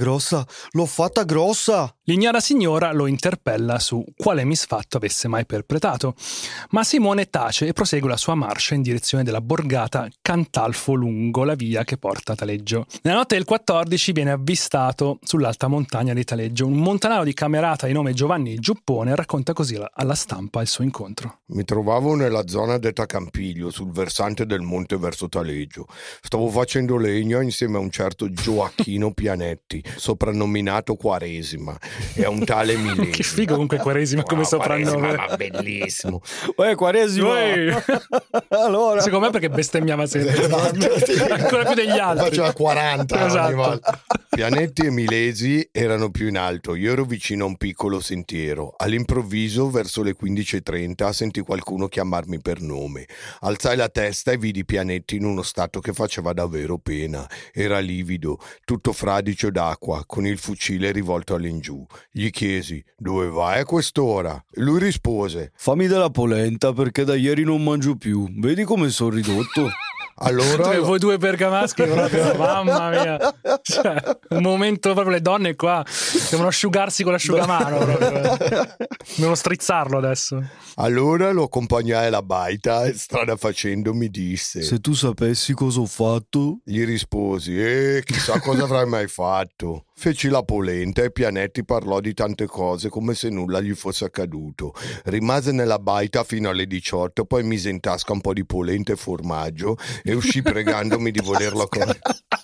grossa. L'ignara signora lo interpella su quale misfatto avesse mai perpetrato, ma Simone tace e prosegue la sua marcia in direzione della borgata Cantalfo lungo la via che porta a Taleggio. Nella notte del 14 viene avvistato sull'alta montagna di Taleggio un montanaro di Camerata di nome Giovanni Giuppone e racconta così alla stampa il suo incontro. Mi trovavo nella zona detta Campiglio, sul versante del monte verso Taleggio. Stavo facendo legna insieme a un certo Gioacchino Pianetti, soprannominato Quaresima, e a un tale Milesi. Che figo comunque Quaresima come soprannome. Ma bellissimo. Quaresima. Allora. Secondo me perché bestemmiava sempre. Esatto. Ancora più degli altri. Faceva 40 Esatto. ogni volta. Pianetti e Milesi erano più in alto, io ero vicino a un piccolo sentiero. All'improvviso, verso le 15:30, sentì qualcuno chiamarmi per nome. Alzai la testa e vidi Pianetti in uno stato che faceva davvero pena. Era livido, tutto fradicio d'acqua, con il fucile rivolto all'ingiù. Gli chiesi: dove vai a quest'ora? E lui rispose: Fammi della polenta perché da ieri non mangio più. Vedi come sono ridotto? allora Voi due bergamaschi proprio, mamma mia, cioè, un momento proprio, le donne qua devono asciugarsi con l'asciugamano proprio. Devono strizzarlo adesso. Allora lo accompagnai alla baita e strada facendo mi disse: Se tu sapessi cosa ho fatto. Gli risposi: chissà cosa avrai mai fatto. Feci la polenta e Pianetti parlò di tante cose come se nulla gli fosse accaduto. Rimase nella baita fino alle 18, poi mise in tasca un po' di polenta e formaggio e uscì pregandomi di volerlo con...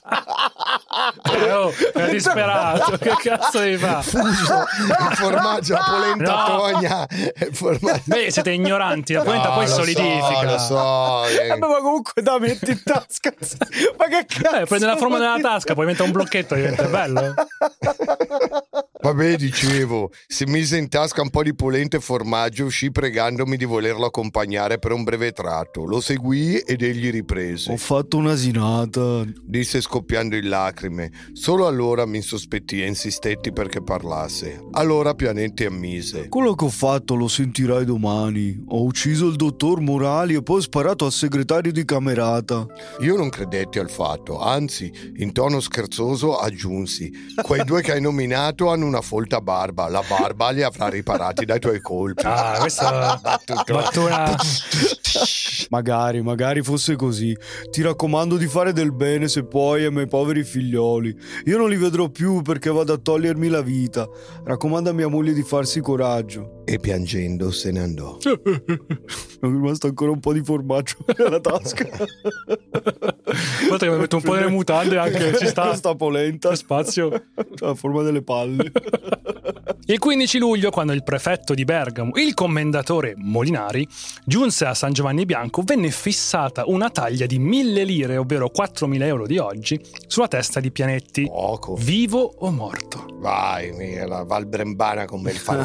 È disperato, che cazzo devi fare? Fuso il formaggio, la polenta No. togna il formaggio. Beh, siete ignoranti, la polenta No, poi lo solidifica. Lo so. Ma comunque da metti in tasca. Ma che cazzo? Prende la forma della tasca, poi diventa un blocchetto, diventa bello. Vabbè, dicevo, si mise in tasca un po' di polenta e formaggio e uscì pregandomi di volerlo accompagnare per un breve tratto. Lo seguì ed egli riprese. Ho fatto un'asinata, Disse scoppiando in lacrime. Solo allora mi insospetti e insistetti perché parlasse. Allora Pianetti ammise. quello che ho fatto lo sentirai domani. Ho ucciso il dottor Morali e poi ho sparato al segretario di camerata. Io non credetti al fatto, anzi, in tono scherzoso aggiunsi: quei due che hai nominato hanno una folta barba, la barba li avrà riparati dai tuoi colpi. Ah, questa battuta. Magari fosse così. Ti raccomando di fare del bene se puoi ai miei poveri figlioli. Io non li vedrò più perché vado a togliermi la vita. Raccomanda a mia moglie di farsi coraggio. E piangendo se ne andò. È rimasto ancora un po' di formaggio nella tasca. Guarda che mi metto un po' nelle mutande anche, ci sta. Questa polenta. C'è spazio. La forma delle palle. Il 15 luglio, quando il prefetto di Bergamo, il commendatore Molinari, giunse a San Giovanni Bianco, venne fissata una taglia di 1.000 lire, ovvero 4.000 euro di oggi, sulla testa di Pianetti. Poco. Vivo o morto? Vai, la Val Brembana come il Far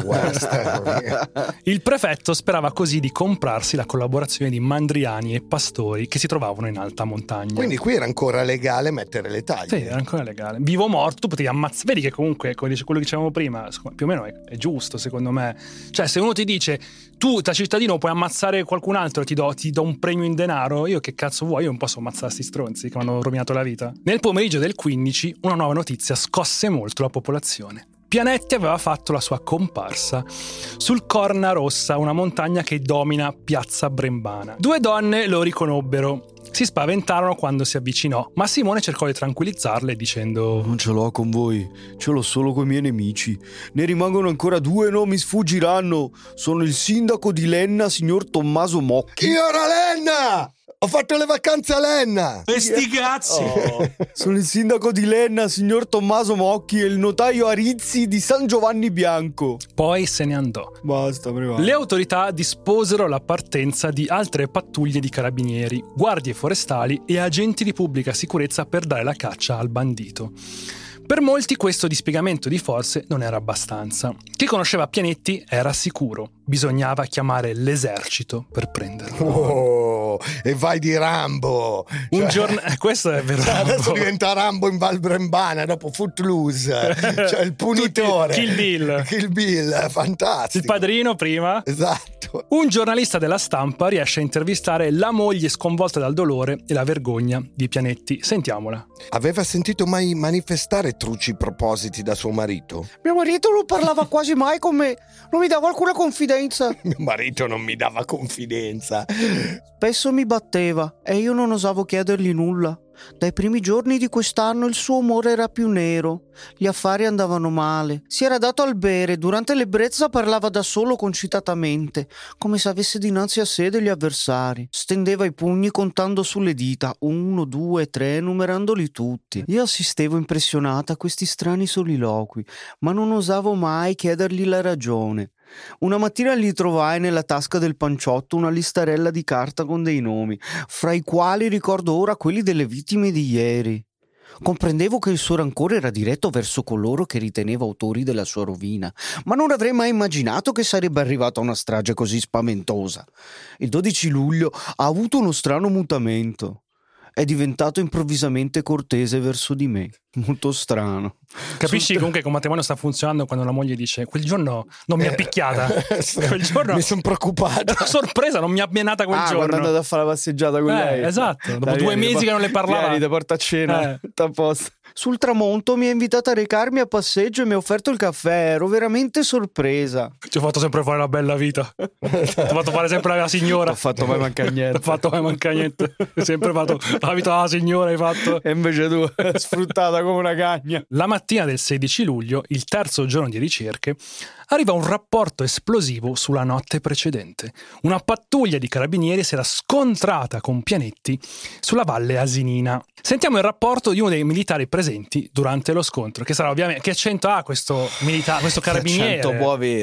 West. Il prefetto sperava così di comprarsi la collaborazione di mandriani e pastori che si trovavano in alta montagna. Quindi qui era ancora legale mettere le taglie. Sì, era ancora legale. Vivo o morto, potevi ammazzare. Vedi che comunque, come dice quello che dicevamo prima, più o meno è giusto, secondo me. Cioè, se uno ti dice, tu da cittadino puoi ammazzare qualcun altro e ti do un premio in denaro, io che cazzo vuoi? Io non posso ammazzare sti stronzi che mi hanno rovinato la vita. Nel pomeriggio del 15, una nuova notizia scosse molto la popolazione. Pianetti aveva fatto la sua comparsa sul Corna Rossa, una montagna che domina Piazza Brembana. Due donne lo riconobbero. Si spaventarono quando si avvicinò, ma Simone cercò di tranquillizzarle dicendo: Non ce l'ho con voi, ce l'ho solo coi miei nemici. Ne rimangono ancora due, no, mi sfuggiranno. Sono il sindaco di Lenna, signor Tommaso Mocchi. Io ero Lenna! Ho fatto le vacanze a Lenna! E sti cazzi! Sono il sindaco di Lenna, signor Tommaso Mocchi, e il notaio Arizzi di San Giovanni Bianco. Poi se ne andò. Basta, prima. Le autorità disposero la partenza di altre pattuglie di carabinieri, guardie forestali e agenti di pubblica sicurezza per dare la caccia al bandito. Per molti questo dispiegamento di forze non era abbastanza. Chi conosceva Pianetti era sicuro. Bisognava chiamare l'esercito per prenderlo. Oh, e vai di Rambo! Un giorno... questo è vero. Adesso diventa Rambo in Val Brembana dopo Footloose. Cioè il punitore. Kill Bill, fantastico. Il padrino prima. Esatto. Un giornalista della Stampa riesce a intervistare la moglie sconvolta dal dolore e la vergogna di Pianetti. Sentiamola. Aveva sentito mai manifestare truci propositi da suo marito? Mio marito non parlava quasi mai con me, non mi dava alcuna confidenza. Mio marito non mi dava confidenza. Spesso mi batteva e io non osavo chiedergli nulla. Dai primi giorni di quest'anno il suo umore era più nero, gli affari andavano male, si era dato al bere, durante l'ebbrezza parlava da solo concitatamente, come se avesse dinanzi a sé degli avversari. Stendeva i pugni contando sulle dita, 1, 2, 3, numerandoli tutti. Io assistevo impressionata a questi strani soliloqui, ma non osavo mai chiedergli la ragione. Una mattina gli trovai nella tasca del panciotto una listarella di carta con dei nomi, fra i quali ricordo ora quelli delle vittime di ieri. Comprendevo che il suo rancore era diretto verso coloro che riteneva autori della sua rovina, ma non avrei mai immaginato che sarebbe arrivato a una strage così spaventosa. Il 12 luglio ha avuto uno strano mutamento. È diventato improvvisamente cortese verso di me. Molto strano. Capisci comunque che un matrimonio sta funzionando quando la moglie dice: quel giorno non mi ha picchiata. Quel giorno mi sono preoccupato. Sorpresa, non mi ha menata quel giorno. Quando è andato a fare la passeggiata con lei. Esatto. Dopo 2 mesi che non le parlava. Vieni, ti porta a cena. A posto. Sul tramonto mi ha invitato a recarmi a passeggio e mi ha offerto il caffè. Ero veramente sorpresa. Ti ho fatto sempre fare la bella vita. Ti ho fatto fare sempre la signora. Ho fatto mai mancare niente. Ho fatto mai mancare niente. Hai sempre fatto la vita della signora, hai fatto. E invece tu sfruttata come una cagna. La mattina del 16 luglio, il terzo giorno di ricerche, arriva un rapporto esplosivo sulla notte precedente. Una pattuglia di carabinieri si era scontrata con Pianetti sulla Valle Asinina. Sentiamo il rapporto di uno dei militari presenti durante lo scontro, che sarà ovviamente che accento ha questo militare, questo carabiniere. Che accento può avere?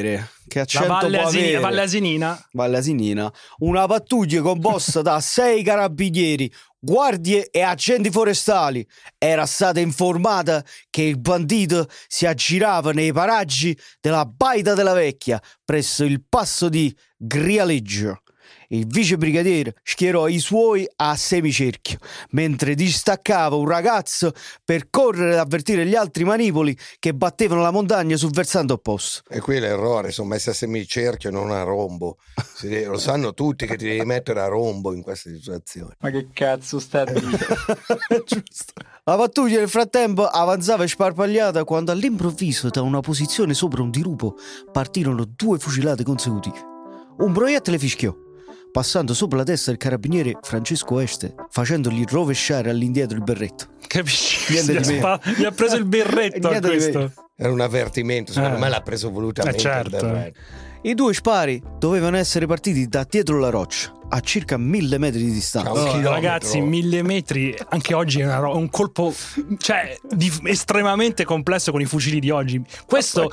che a La 100 Valle può avere. Valle Asinina. Una pattuglia composta da 6 carabinieri, guardie e agenti forestali era stata informata che il bandito si aggirava nei paraggi della Baita della Vecchia presso il passo di Grialeggio. Il vicebrigadiere schierò i suoi a semicerchio, mentre distaccava un ragazzo per correre ad avvertire gli altri manipoli che battevano la montagna sul versante opposto. E qui l'errore, sono messi a semicerchio, non a rombo. Lo sanno tutti che ti devi mettere a rombo in queste situazioni. Ma che cazzo sta a dire? Giusto. La pattuglia nel frattempo avanzava sparpagliata quando all'improvviso da una posizione sopra un dirupo partirono 2 fucilate consecutive. Un proiettile fischiò, passando sopra la testa del carabiniere Francesco Este, facendogli rovesciare all'indietro il berretto. Capisci? Niente di me. Gli ha preso il berretto a Niente di questo. me. Era un avvertimento, secondo me l'ha preso volutamente. Certo. il berretto. I 2 spari dovevano essere partiti da dietro la roccia, a circa 1000 metri di distanza. Ciao. Un chilometro. Ragazzi, 1000 metri anche oggi è un colpo, cioè, estremamente complesso con i fucili di oggi. Questo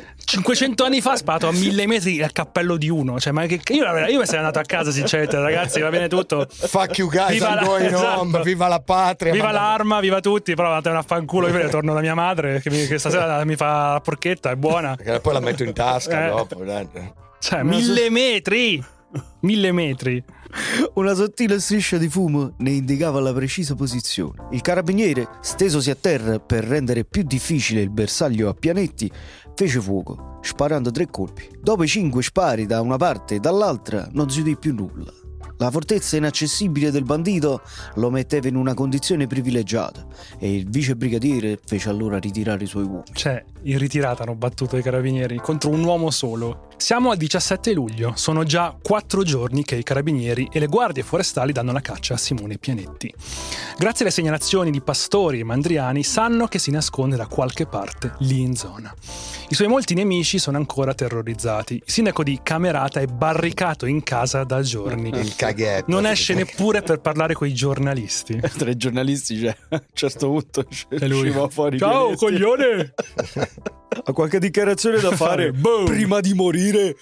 500 anni fa ha sparato a 1000 metri al cappello di uno. Cioè, ma io me sarei andato a casa, sinceramente, ragazzi, va bene tutto. Fuck you guys, Viva I'm going esatto. home, viva la patria. Viva l'arma, viva tutti, però andate a fanculo. Io torno da mia madre che stasera mi fa la porchetta, è buona. Che poi la metto in tasca dopo. Cioè, 1000 metri! 1000 metri. Una sottile striscia di fumo ne indicava la precisa posizione. Il carabiniere, stesosi a terra per rendere più difficile il bersaglio a Pianetti, fece fuoco, sparando 3 colpi. Dopo i 5 spari da una parte e dall'altra non si udì più nulla. La fortezza inaccessibile del bandito lo metteva in una condizione privilegiata e il vicebrigadiere fece allora ritirare i suoi uomini. Cioè, in ritirata hanno battuto i carabinieri contro un uomo solo. Siamo al 17 luglio, sono già 4 giorni che i carabinieri e le guardie forestali danno la caccia a Simone Pianetti. Grazie alle segnalazioni di pastori e mandriani sanno che si nasconde da qualche parte lì in zona. I suoi molti nemici sono ancora terrorizzati. Il sindaco di Camerata è barricato in casa da giorni. Il caghetto. Non esce neppure per parlare coi giornalisti. Tra i giornalisti, cioè, a un certo punto E lui, usciva fuori. ciao Pianetti. coglione! Ha qualche dichiarazione da fare Boom. prima di morire?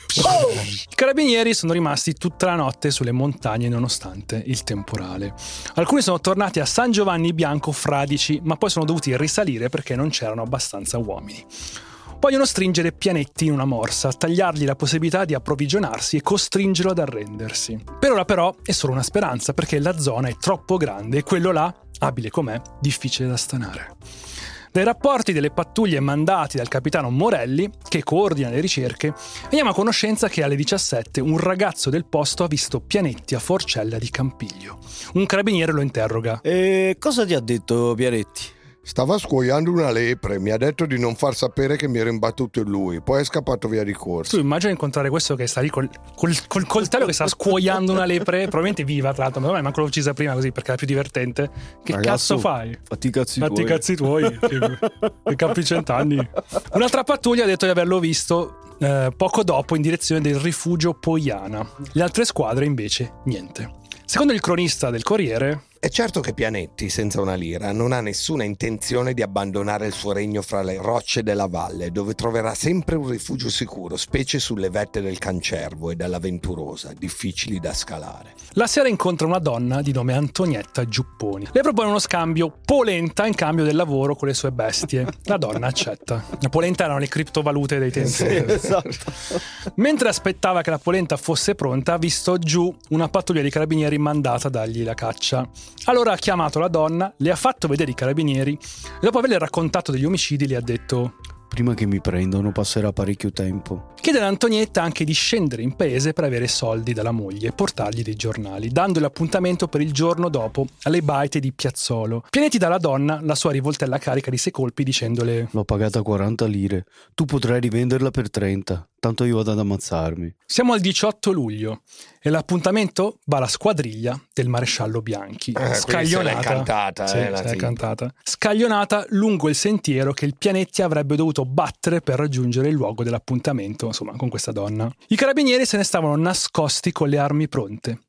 I carabinieri sono rimasti tutta la notte sulle montagne nonostante il temporale. Alcuni sono tornati a San Giovanni Bianco Fradici, ma poi sono dovuti risalire perché non c'erano abbastanza uomini. Vogliono stringere Pianetti in una morsa, tagliargli la possibilità di approvvigionarsi e costringerlo ad arrendersi. Per ora però è solo una speranza perché la zona è troppo grande e quello là, abile com'è, difficile da stanare. Dai rapporti delle pattuglie mandati dal capitano Morelli, che coordina le ricerche, veniamo a conoscenza che alle 17 un ragazzo del posto ha visto Pianetti a Forcella di Campiglio. Un carabiniere lo interroga. E cosa ti ha detto Pianetti? Stava scuoiando una lepre, mi ha detto di non far sapere che mi ero imbattuto in lui, poi è scappato via di corsa. Tu immagina incontrare questo che sta lì col coltello che sta scuoiando una lepre, probabilmente viva tra l'altro, ma manco l'ho uccisa prima così perché era più divertente. Che Ragazzo, cazzo fai? Fatti i cazzi Fatti i tuoi. cazzi tuoi, che campi 100 anni. Un'altra pattuglia ha detto di averlo visto poco dopo in direzione del rifugio Poiana. Le altre squadre invece niente. Secondo il cronista del Corriere, È certo che Pianetti, senza una lira, non ha nessuna intenzione di abbandonare il suo regno fra le rocce della valle, dove troverà sempre un rifugio sicuro, specie sulle vette del Cancervo e della Venturosa, difficili da scalare. la sera incontra una donna di nome Antonietta Giupponi. Le propone uno scambio polenta in cambio del lavoro con le sue bestie. La donna accetta. La polenta erano le criptovalute dei tempi. Esatto. Mentre aspettava che la polenta fosse pronta, ha visto giù una pattuglia di carabinieri mandata a dargli la caccia. Allora ha chiamato la donna, le ha fatto vedere i carabinieri e dopo averle raccontato degli omicidi le ha detto: Prima che mi prendano passerà parecchio tempo. chiede ad Antonietta anche di scendere in paese per avere soldi dalla moglie e portargli dei giornali, dandole appuntamento per il giorno dopo alle baite di Piazzolo. Pianetti dà alla donna la sua rivoltella carica di 6 colpi dicendole: L'ho pagata 40 lire, tu potrai rivenderla per 30, tanto io vado ad ammazzarmi. siamo al 18 luglio e l'appuntamento va alla squadriglia del maresciallo Bianchi, scaglionata, cantata, sì, la se l'è tipa. cantata, scaglionata lungo il sentiero che il Pianetti avrebbe dovuto battere per raggiungere il luogo dell'appuntamento, insomma, con questa donna. I carabinieri se ne stavano nascosti con le armi pronte,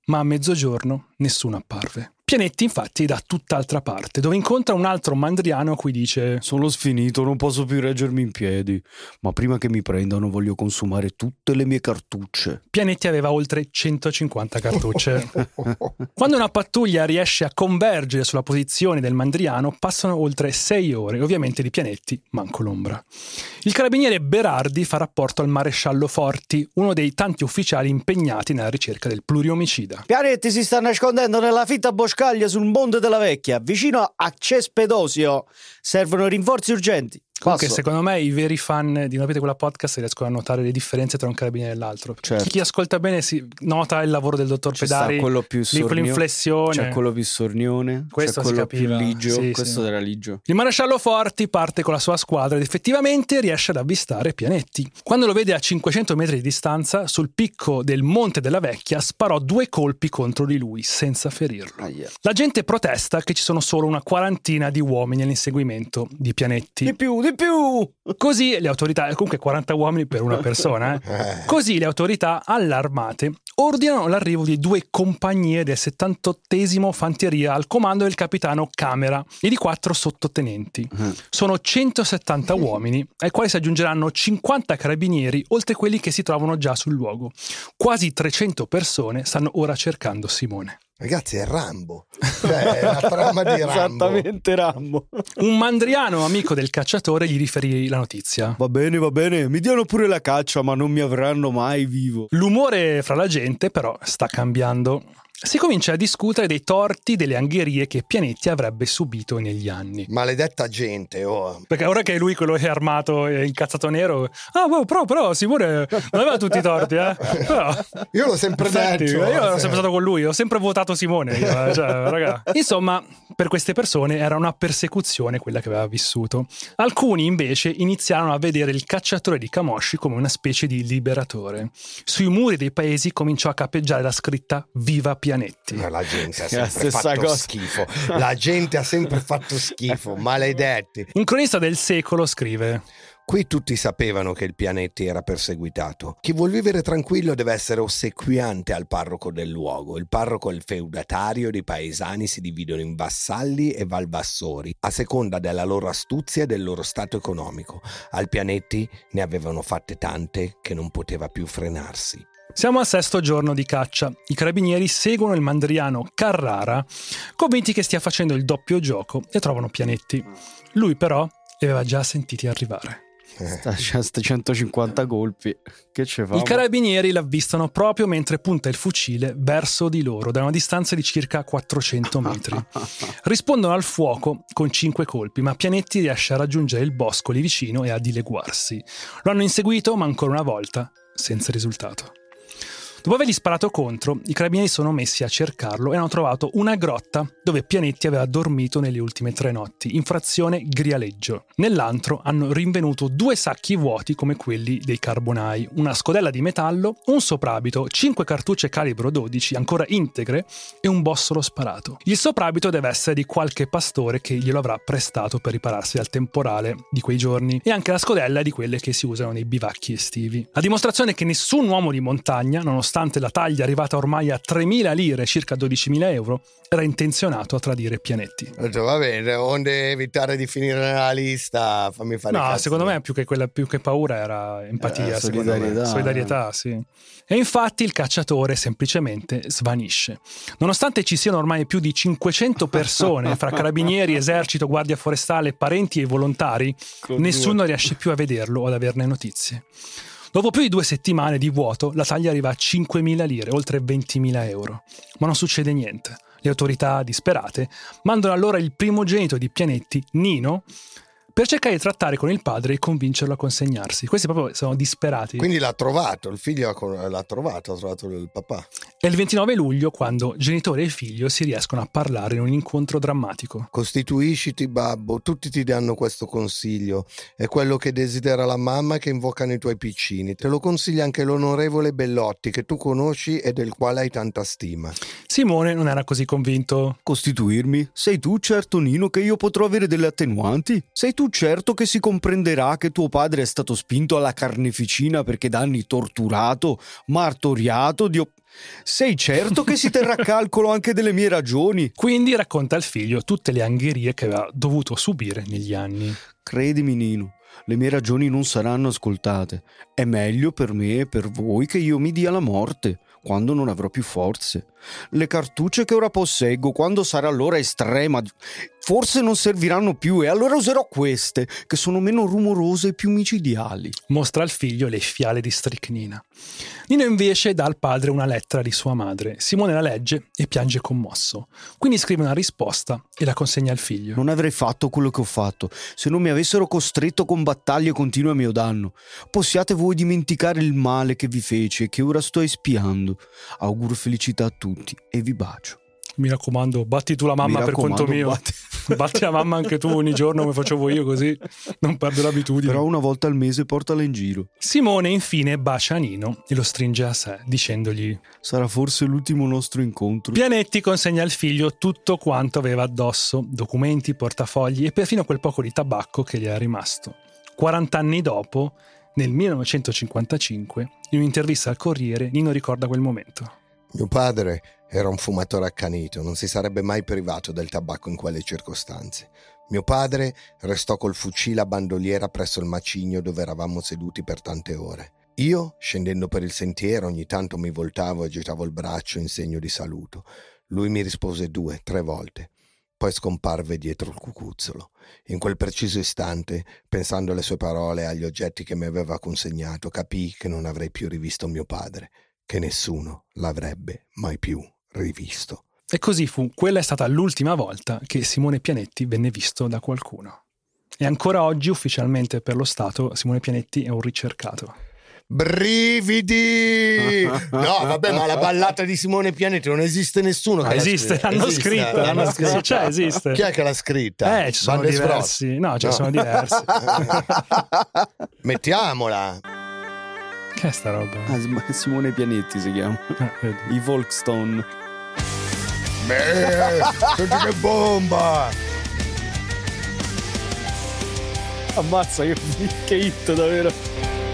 ma a mezzogiorno nessuno apparve. Pianetti infatti è da tutt'altra parte, dove incontra un altro mandriano a cui dice: sono sfinito, non posso più reggermi in piedi, ma prima che mi prendano voglio consumare tutte le mie cartucce. Pianetti aveva oltre 150 cartucce. Quando una pattuglia riesce a convergere sulla posizione del mandriano, passano oltre 6 ore, ovviamente di Pianetti manco l'ombra. Il carabiniere Berardi fa rapporto al maresciallo Forti, uno dei tanti ufficiali impegnati nella ricerca del pluriomicida. Pianetti si sta nascondendo nella fitta boscaglia sul Monte della Vecchia, vicino a Cespedosio. Servono rinforzi urgenti. Comunque, secondo me i veri fan di Una vita quella podcast riescono a notare le differenze tra un carabiniere e l'altro. Certo. Chi ascolta bene si nota il lavoro del dottor Pedari, quello più l'inflessione. C'è quello più sornione, questo c'è quello si capiva. più ligio. Sì, questo sì. era ligio. Il maresciallo Forti parte con la sua squadra ed effettivamente riesce ad avvistare Pianetti. Quando lo vede a 500 metri di distanza, sul picco del Monte della Vecchia, sparò 2 colpi contro di lui senza ferirlo. La gente protesta che ci sono solo una quarantina di uomini all'inseguimento di Pianetti. Di più! Così le autorità, comunque 40 uomini per una persona, Così le autorità allarmate ordinano l'arrivo di 2 compagnie del 78esimo Fanteria al comando del capitano Camera e di 4 sottotenenti. Sono 170 uomini, ai quali si aggiungeranno 50 carabinieri, oltre quelli che si trovano già sul luogo. Quasi 300 persone stanno ora cercando Simone. Ragazzi, è Rambo. Cioè, è la trama di Rambo. Esattamente Rambo. Un mandriano amico del cacciatore gli riferì la notizia. Va bene, mi diano pure la caccia, ma non mi avranno mai vivo. L'umore fra la gente però sta cambiando. Si comincia a discutere dei torti, delle angherie che Pianetti avrebbe subito negli anni. Maledetta gente, oh. Perché ora che è lui quello che è armato e incazzato nero, però Simone non aveva tutti i torti, Però, io l'ho sempre detto. Io ero sempre stato con lui, ho sempre votato Simone. Raga. Insomma, per queste persone era una persecuzione quella che aveva vissuto. Alcuni invece iniziarono a vedere il cacciatore di camosci come una specie di liberatore. Sui muri dei paesi cominciò a cappeggiare la scritta "Viva Pianetti". La gente ha sempre fatto schifo. La gente ha sempre fatto schifo, maledetti. Un cronista del secolo scrive: qui tutti sapevano che il Pianetti era perseguitato. Chi vuol vivere tranquillo deve essere ossequiante al parroco del luogo. Il parroco e il feudatario dei paesani si dividono in vassalli e valvassori, a seconda della loro astuzia e del loro stato economico. Al Pianetti ne avevano fatte tante che non poteva più frenarsi. Siamo al 6° giorno di caccia. I carabinieri seguono il mandriano Carrara, convinti che stia facendo il doppio gioco, e trovano Pianetti. Lui però li aveva già sentiti arrivare. Sta 150 colpi. Che ce fa? I carabinieri l'avvistano proprio mentre punta il fucile verso di loro, da una distanza di circa 400 metri. Rispondono al fuoco con 5 colpi, ma Pianetti riesce a raggiungere il bosco lì vicino e a dileguarsi. Lo hanno inseguito, ma ancora una volta senza risultato. Dopo avergli sparato contro, i carabinieri sono messi a cercarlo e hanno trovato una grotta dove Pianetti aveva dormito nelle ultime 3 notti, in frazione Grialeggio. Nell'antro hanno rinvenuto 2 sacchi vuoti come quelli dei carbonai, una scodella di metallo, un soprabito, 5 cartucce calibro 12 ancora integre e un bossolo sparato. Il soprabito deve essere di qualche pastore che glielo avrà prestato per ripararsi dal temporale di quei giorni, e anche la scodella è di quelle che si usano nei bivacchi estivi. A dimostrazione che nessun uomo di montagna, nonostante la taglia arrivata ormai a 3.000 lire, circa 12.000 euro, era intenzionato a tradire Pianetti. Ho detto, va bene, onde evitare di finire nella lista, fammi fare No, secondo me più che paura era empatia, solidarietà, sì. E infatti il cacciatore semplicemente svanisce. Nonostante ci siano ormai più di 500 persone fra carabinieri, esercito, guardia forestale, parenti e volontari, nessuno riesce più a vederlo o ad averne notizie. Dopo più di 2 settimane di vuoto, la taglia arriva a 5.000 lire, oltre 20.000 euro. Ma non succede niente. Le autorità, disperate, mandano allora il primogenito di Pianetti, Nino, per cercare di trattare con il padre e convincerlo a consegnarsi. Questi proprio sono disperati. Quindi l'ha trovato, il figlio l'ha trovato, ha trovato il papà. È il 29 luglio quando genitore e figlio si riescono a parlare in un incontro drammatico. Costituisciti babbo, tutti ti danno questo consiglio. È quello che desidera la mamma che invocano i tuoi piccini. Te lo consiglia anche l'onorevole Bellotti, che tu conosci e del quale hai tanta stima. Simone non era così convinto. Costituirmi? Sei tu certo, Nino, che io potrò avere delle attenuanti? Sei tu tu certo che si comprenderà che tuo padre è stato spinto alla carneficina perché da anni torturato, martoriato, sei certo che si terrà a calcolo anche delle mie ragioni? Quindi racconta al figlio tutte le angherie che aveva dovuto subire negli anni. Credimi, Nino, le mie ragioni non saranno ascoltate. È meglio per me e per voi che io mi dia la morte quando non avrò più forze. Le cartucce che ora posseggo, quando sarà l'ora estrema, forse non serviranno più, e allora userò queste, che sono meno rumorose e più micidiali. Mostra al figlio le fiale di stricnina. Nino invece dà al padre una lettera di sua madre. Simone la legge e piange commosso. Quindi scrive una risposta e la consegna al figlio. Non avrei fatto quello che ho fatto se non mi avessero costretto con battaglie continue a mio danno. Possiate voi dimenticare il male che vi feci e che ora sto espiando. Auguro felicità a tutti e vi bacio. Mi raccomando, batti tu la mamma per conto mio. Batti la mamma anche tu ogni giorno come facevo io, così non perdo l'abitudine. Però una volta al mese portala in giro. Simone infine bacia Nino e lo stringe a sé dicendogli: sarà forse l'ultimo nostro incontro. Pianetti consegna al figlio tutto quanto aveva addosso: documenti, portafogli e perfino quel poco di tabacco che gli era rimasto. 40 anni dopo, nel 1955, in un'intervista al Corriere, Nino ricorda quel momento. Mio padre era un fumatore accanito, non si sarebbe mai privato del tabacco in quelle circostanze. Mio padre restò col fucile a bandoliera presso il macigno dove eravamo seduti per tante ore. Io, scendendo per il sentiero, ogni tanto mi voltavo e agitavo il braccio in segno di saluto. Lui mi rispose 2-3 volte. Poi scomparve dietro il cucuzzolo. In quel preciso istante, pensando alle sue parole e agli oggetti che mi aveva consegnato, capii che non avrei più rivisto mio padre, che nessuno l'avrebbe mai più rivisto. E così fu. Quella è stata l'ultima volta che Simone Pianetti venne visto da qualcuno. E ancora oggi, ufficialmente per lo Stato, Simone Pianetti è un ricercato. Brividi! No, vabbè, ma la ballata di Simone Pianetti non esiste nessuno che esiste, l'hanno scritta. Cioè, esiste. Chi è che l'ha scritta? Ci sono diversi. No, ce ne sono diversi. Mettiamola. Che è sta roba? Simone Pianetti si chiama. I Volkstone. Senti che bomba! Ammazza, che hit davvero.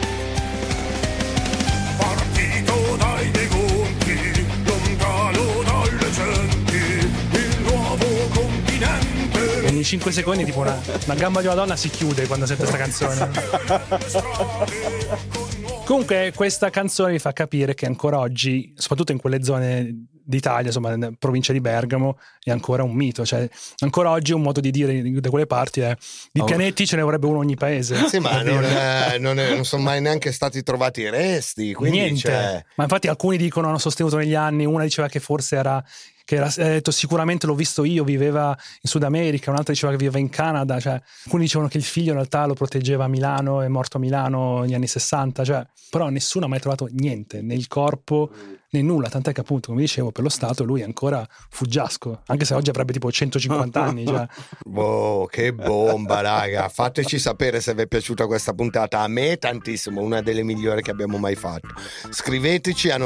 Partito dai defunti, lontano dalle genti, il nuovo continente. Ogni 5 secondi tipo una gamba di una donna si chiude quando sente questa canzone. Comunque questa canzone mi fa capire che ancora oggi, soprattutto in quelle zone d'Italia, insomma, nella provincia di Bergamo, è ancora un mito. Cioè, ancora oggi un modo di dire da quelle parti è: di Pianetti ce ne vorrebbe uno ogni paese. Sì, ma non sono mai neanche stati trovati i resti. Quindi niente. Ma infatti alcuni dicono, hanno sostenuto negli anni, una diceva che forse era detto sicuramente l'ho visto io, viveva in Sud America, un'altra diceva che viveva in Canada, cioè alcuni dicevano che il figlio in realtà lo proteggeva a Milano, è morto a Milano negli anni 60, cioè, però nessuno ha mai trovato niente, né il corpo né nulla, tant'è che appunto, come dicevo, per lo Stato lui è ancora fuggiasco, anche se oggi avrebbe tipo 150 anni. Cioè. Boh, che bomba, raga. Fateci sapere se vi è piaciuta questa puntata. A me tantissimo, una delle migliori che abbiamo mai fatto. Scriveteci a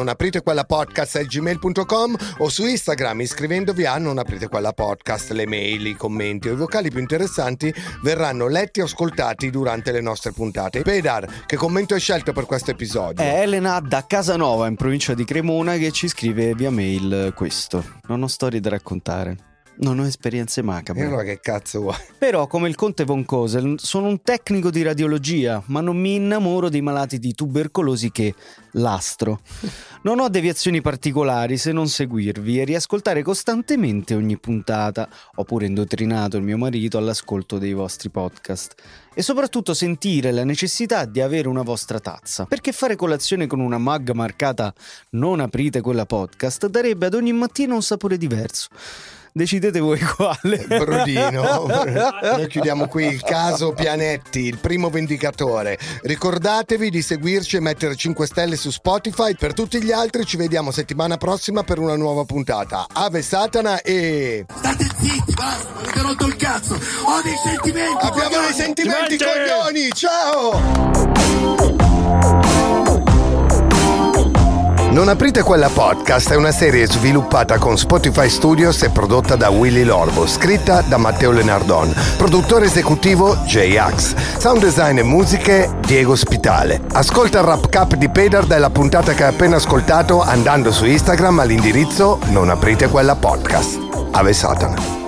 nonapritequellapodcast@gmail.com o su Instagram iscrivendovi a Non Aprite Quella Podcast. Le mail, i commenti o i vocali più interessanti verranno letti e ascoltati durante le nostre puntate. Pedar, che commento hai scelto per questo episodio? È Elena da Casanova, in provincia di Cremona, che ci scrive via mail questo: non ho storie da raccontare, non ho esperienze macabre. E allora che cazzo vuoi? Però, come il conte von Cosel, sono un tecnico di radiologia, ma non mi innamoro dei malati di tubercolosi che lastro. Non ho deviazioni particolari se non seguirvi e riascoltare costantemente ogni puntata. Ho pure indottrinato il mio marito all'ascolto dei vostri podcast. E soprattutto sentire la necessità di avere una vostra tazza, perché fare colazione con una mug marcata Non Aprite Quella Podcast darebbe ad ogni mattina un sapore diverso. Decidete voi quale. Brodino. Noi chiudiamo qui il caso Pianetti, il primo vendicatore. Ricordatevi di seguirci e mettere 5 stelle su Spotify. Per tutti gli altri ci vediamo settimana prossima per una nuova puntata. Ave Satana e... State zitti, basta, avete rotto il cazzo. Ho dei sentimenti, abbiamo coglioni. dei sentimenti, coglioni. Ciao. Non aprite quella podcast è una serie sviluppata con Spotify Studios e prodotta da Willy Lorbo, scritta da Matteo Lenardon, produttore esecutivo J-Ax, sound design e musiche Diego Spitale. Ascolta il Rap Cap di Pedar della puntata che hai appena ascoltato andando su Instagram all'indirizzo Non aprite quella podcast. Ave Satana.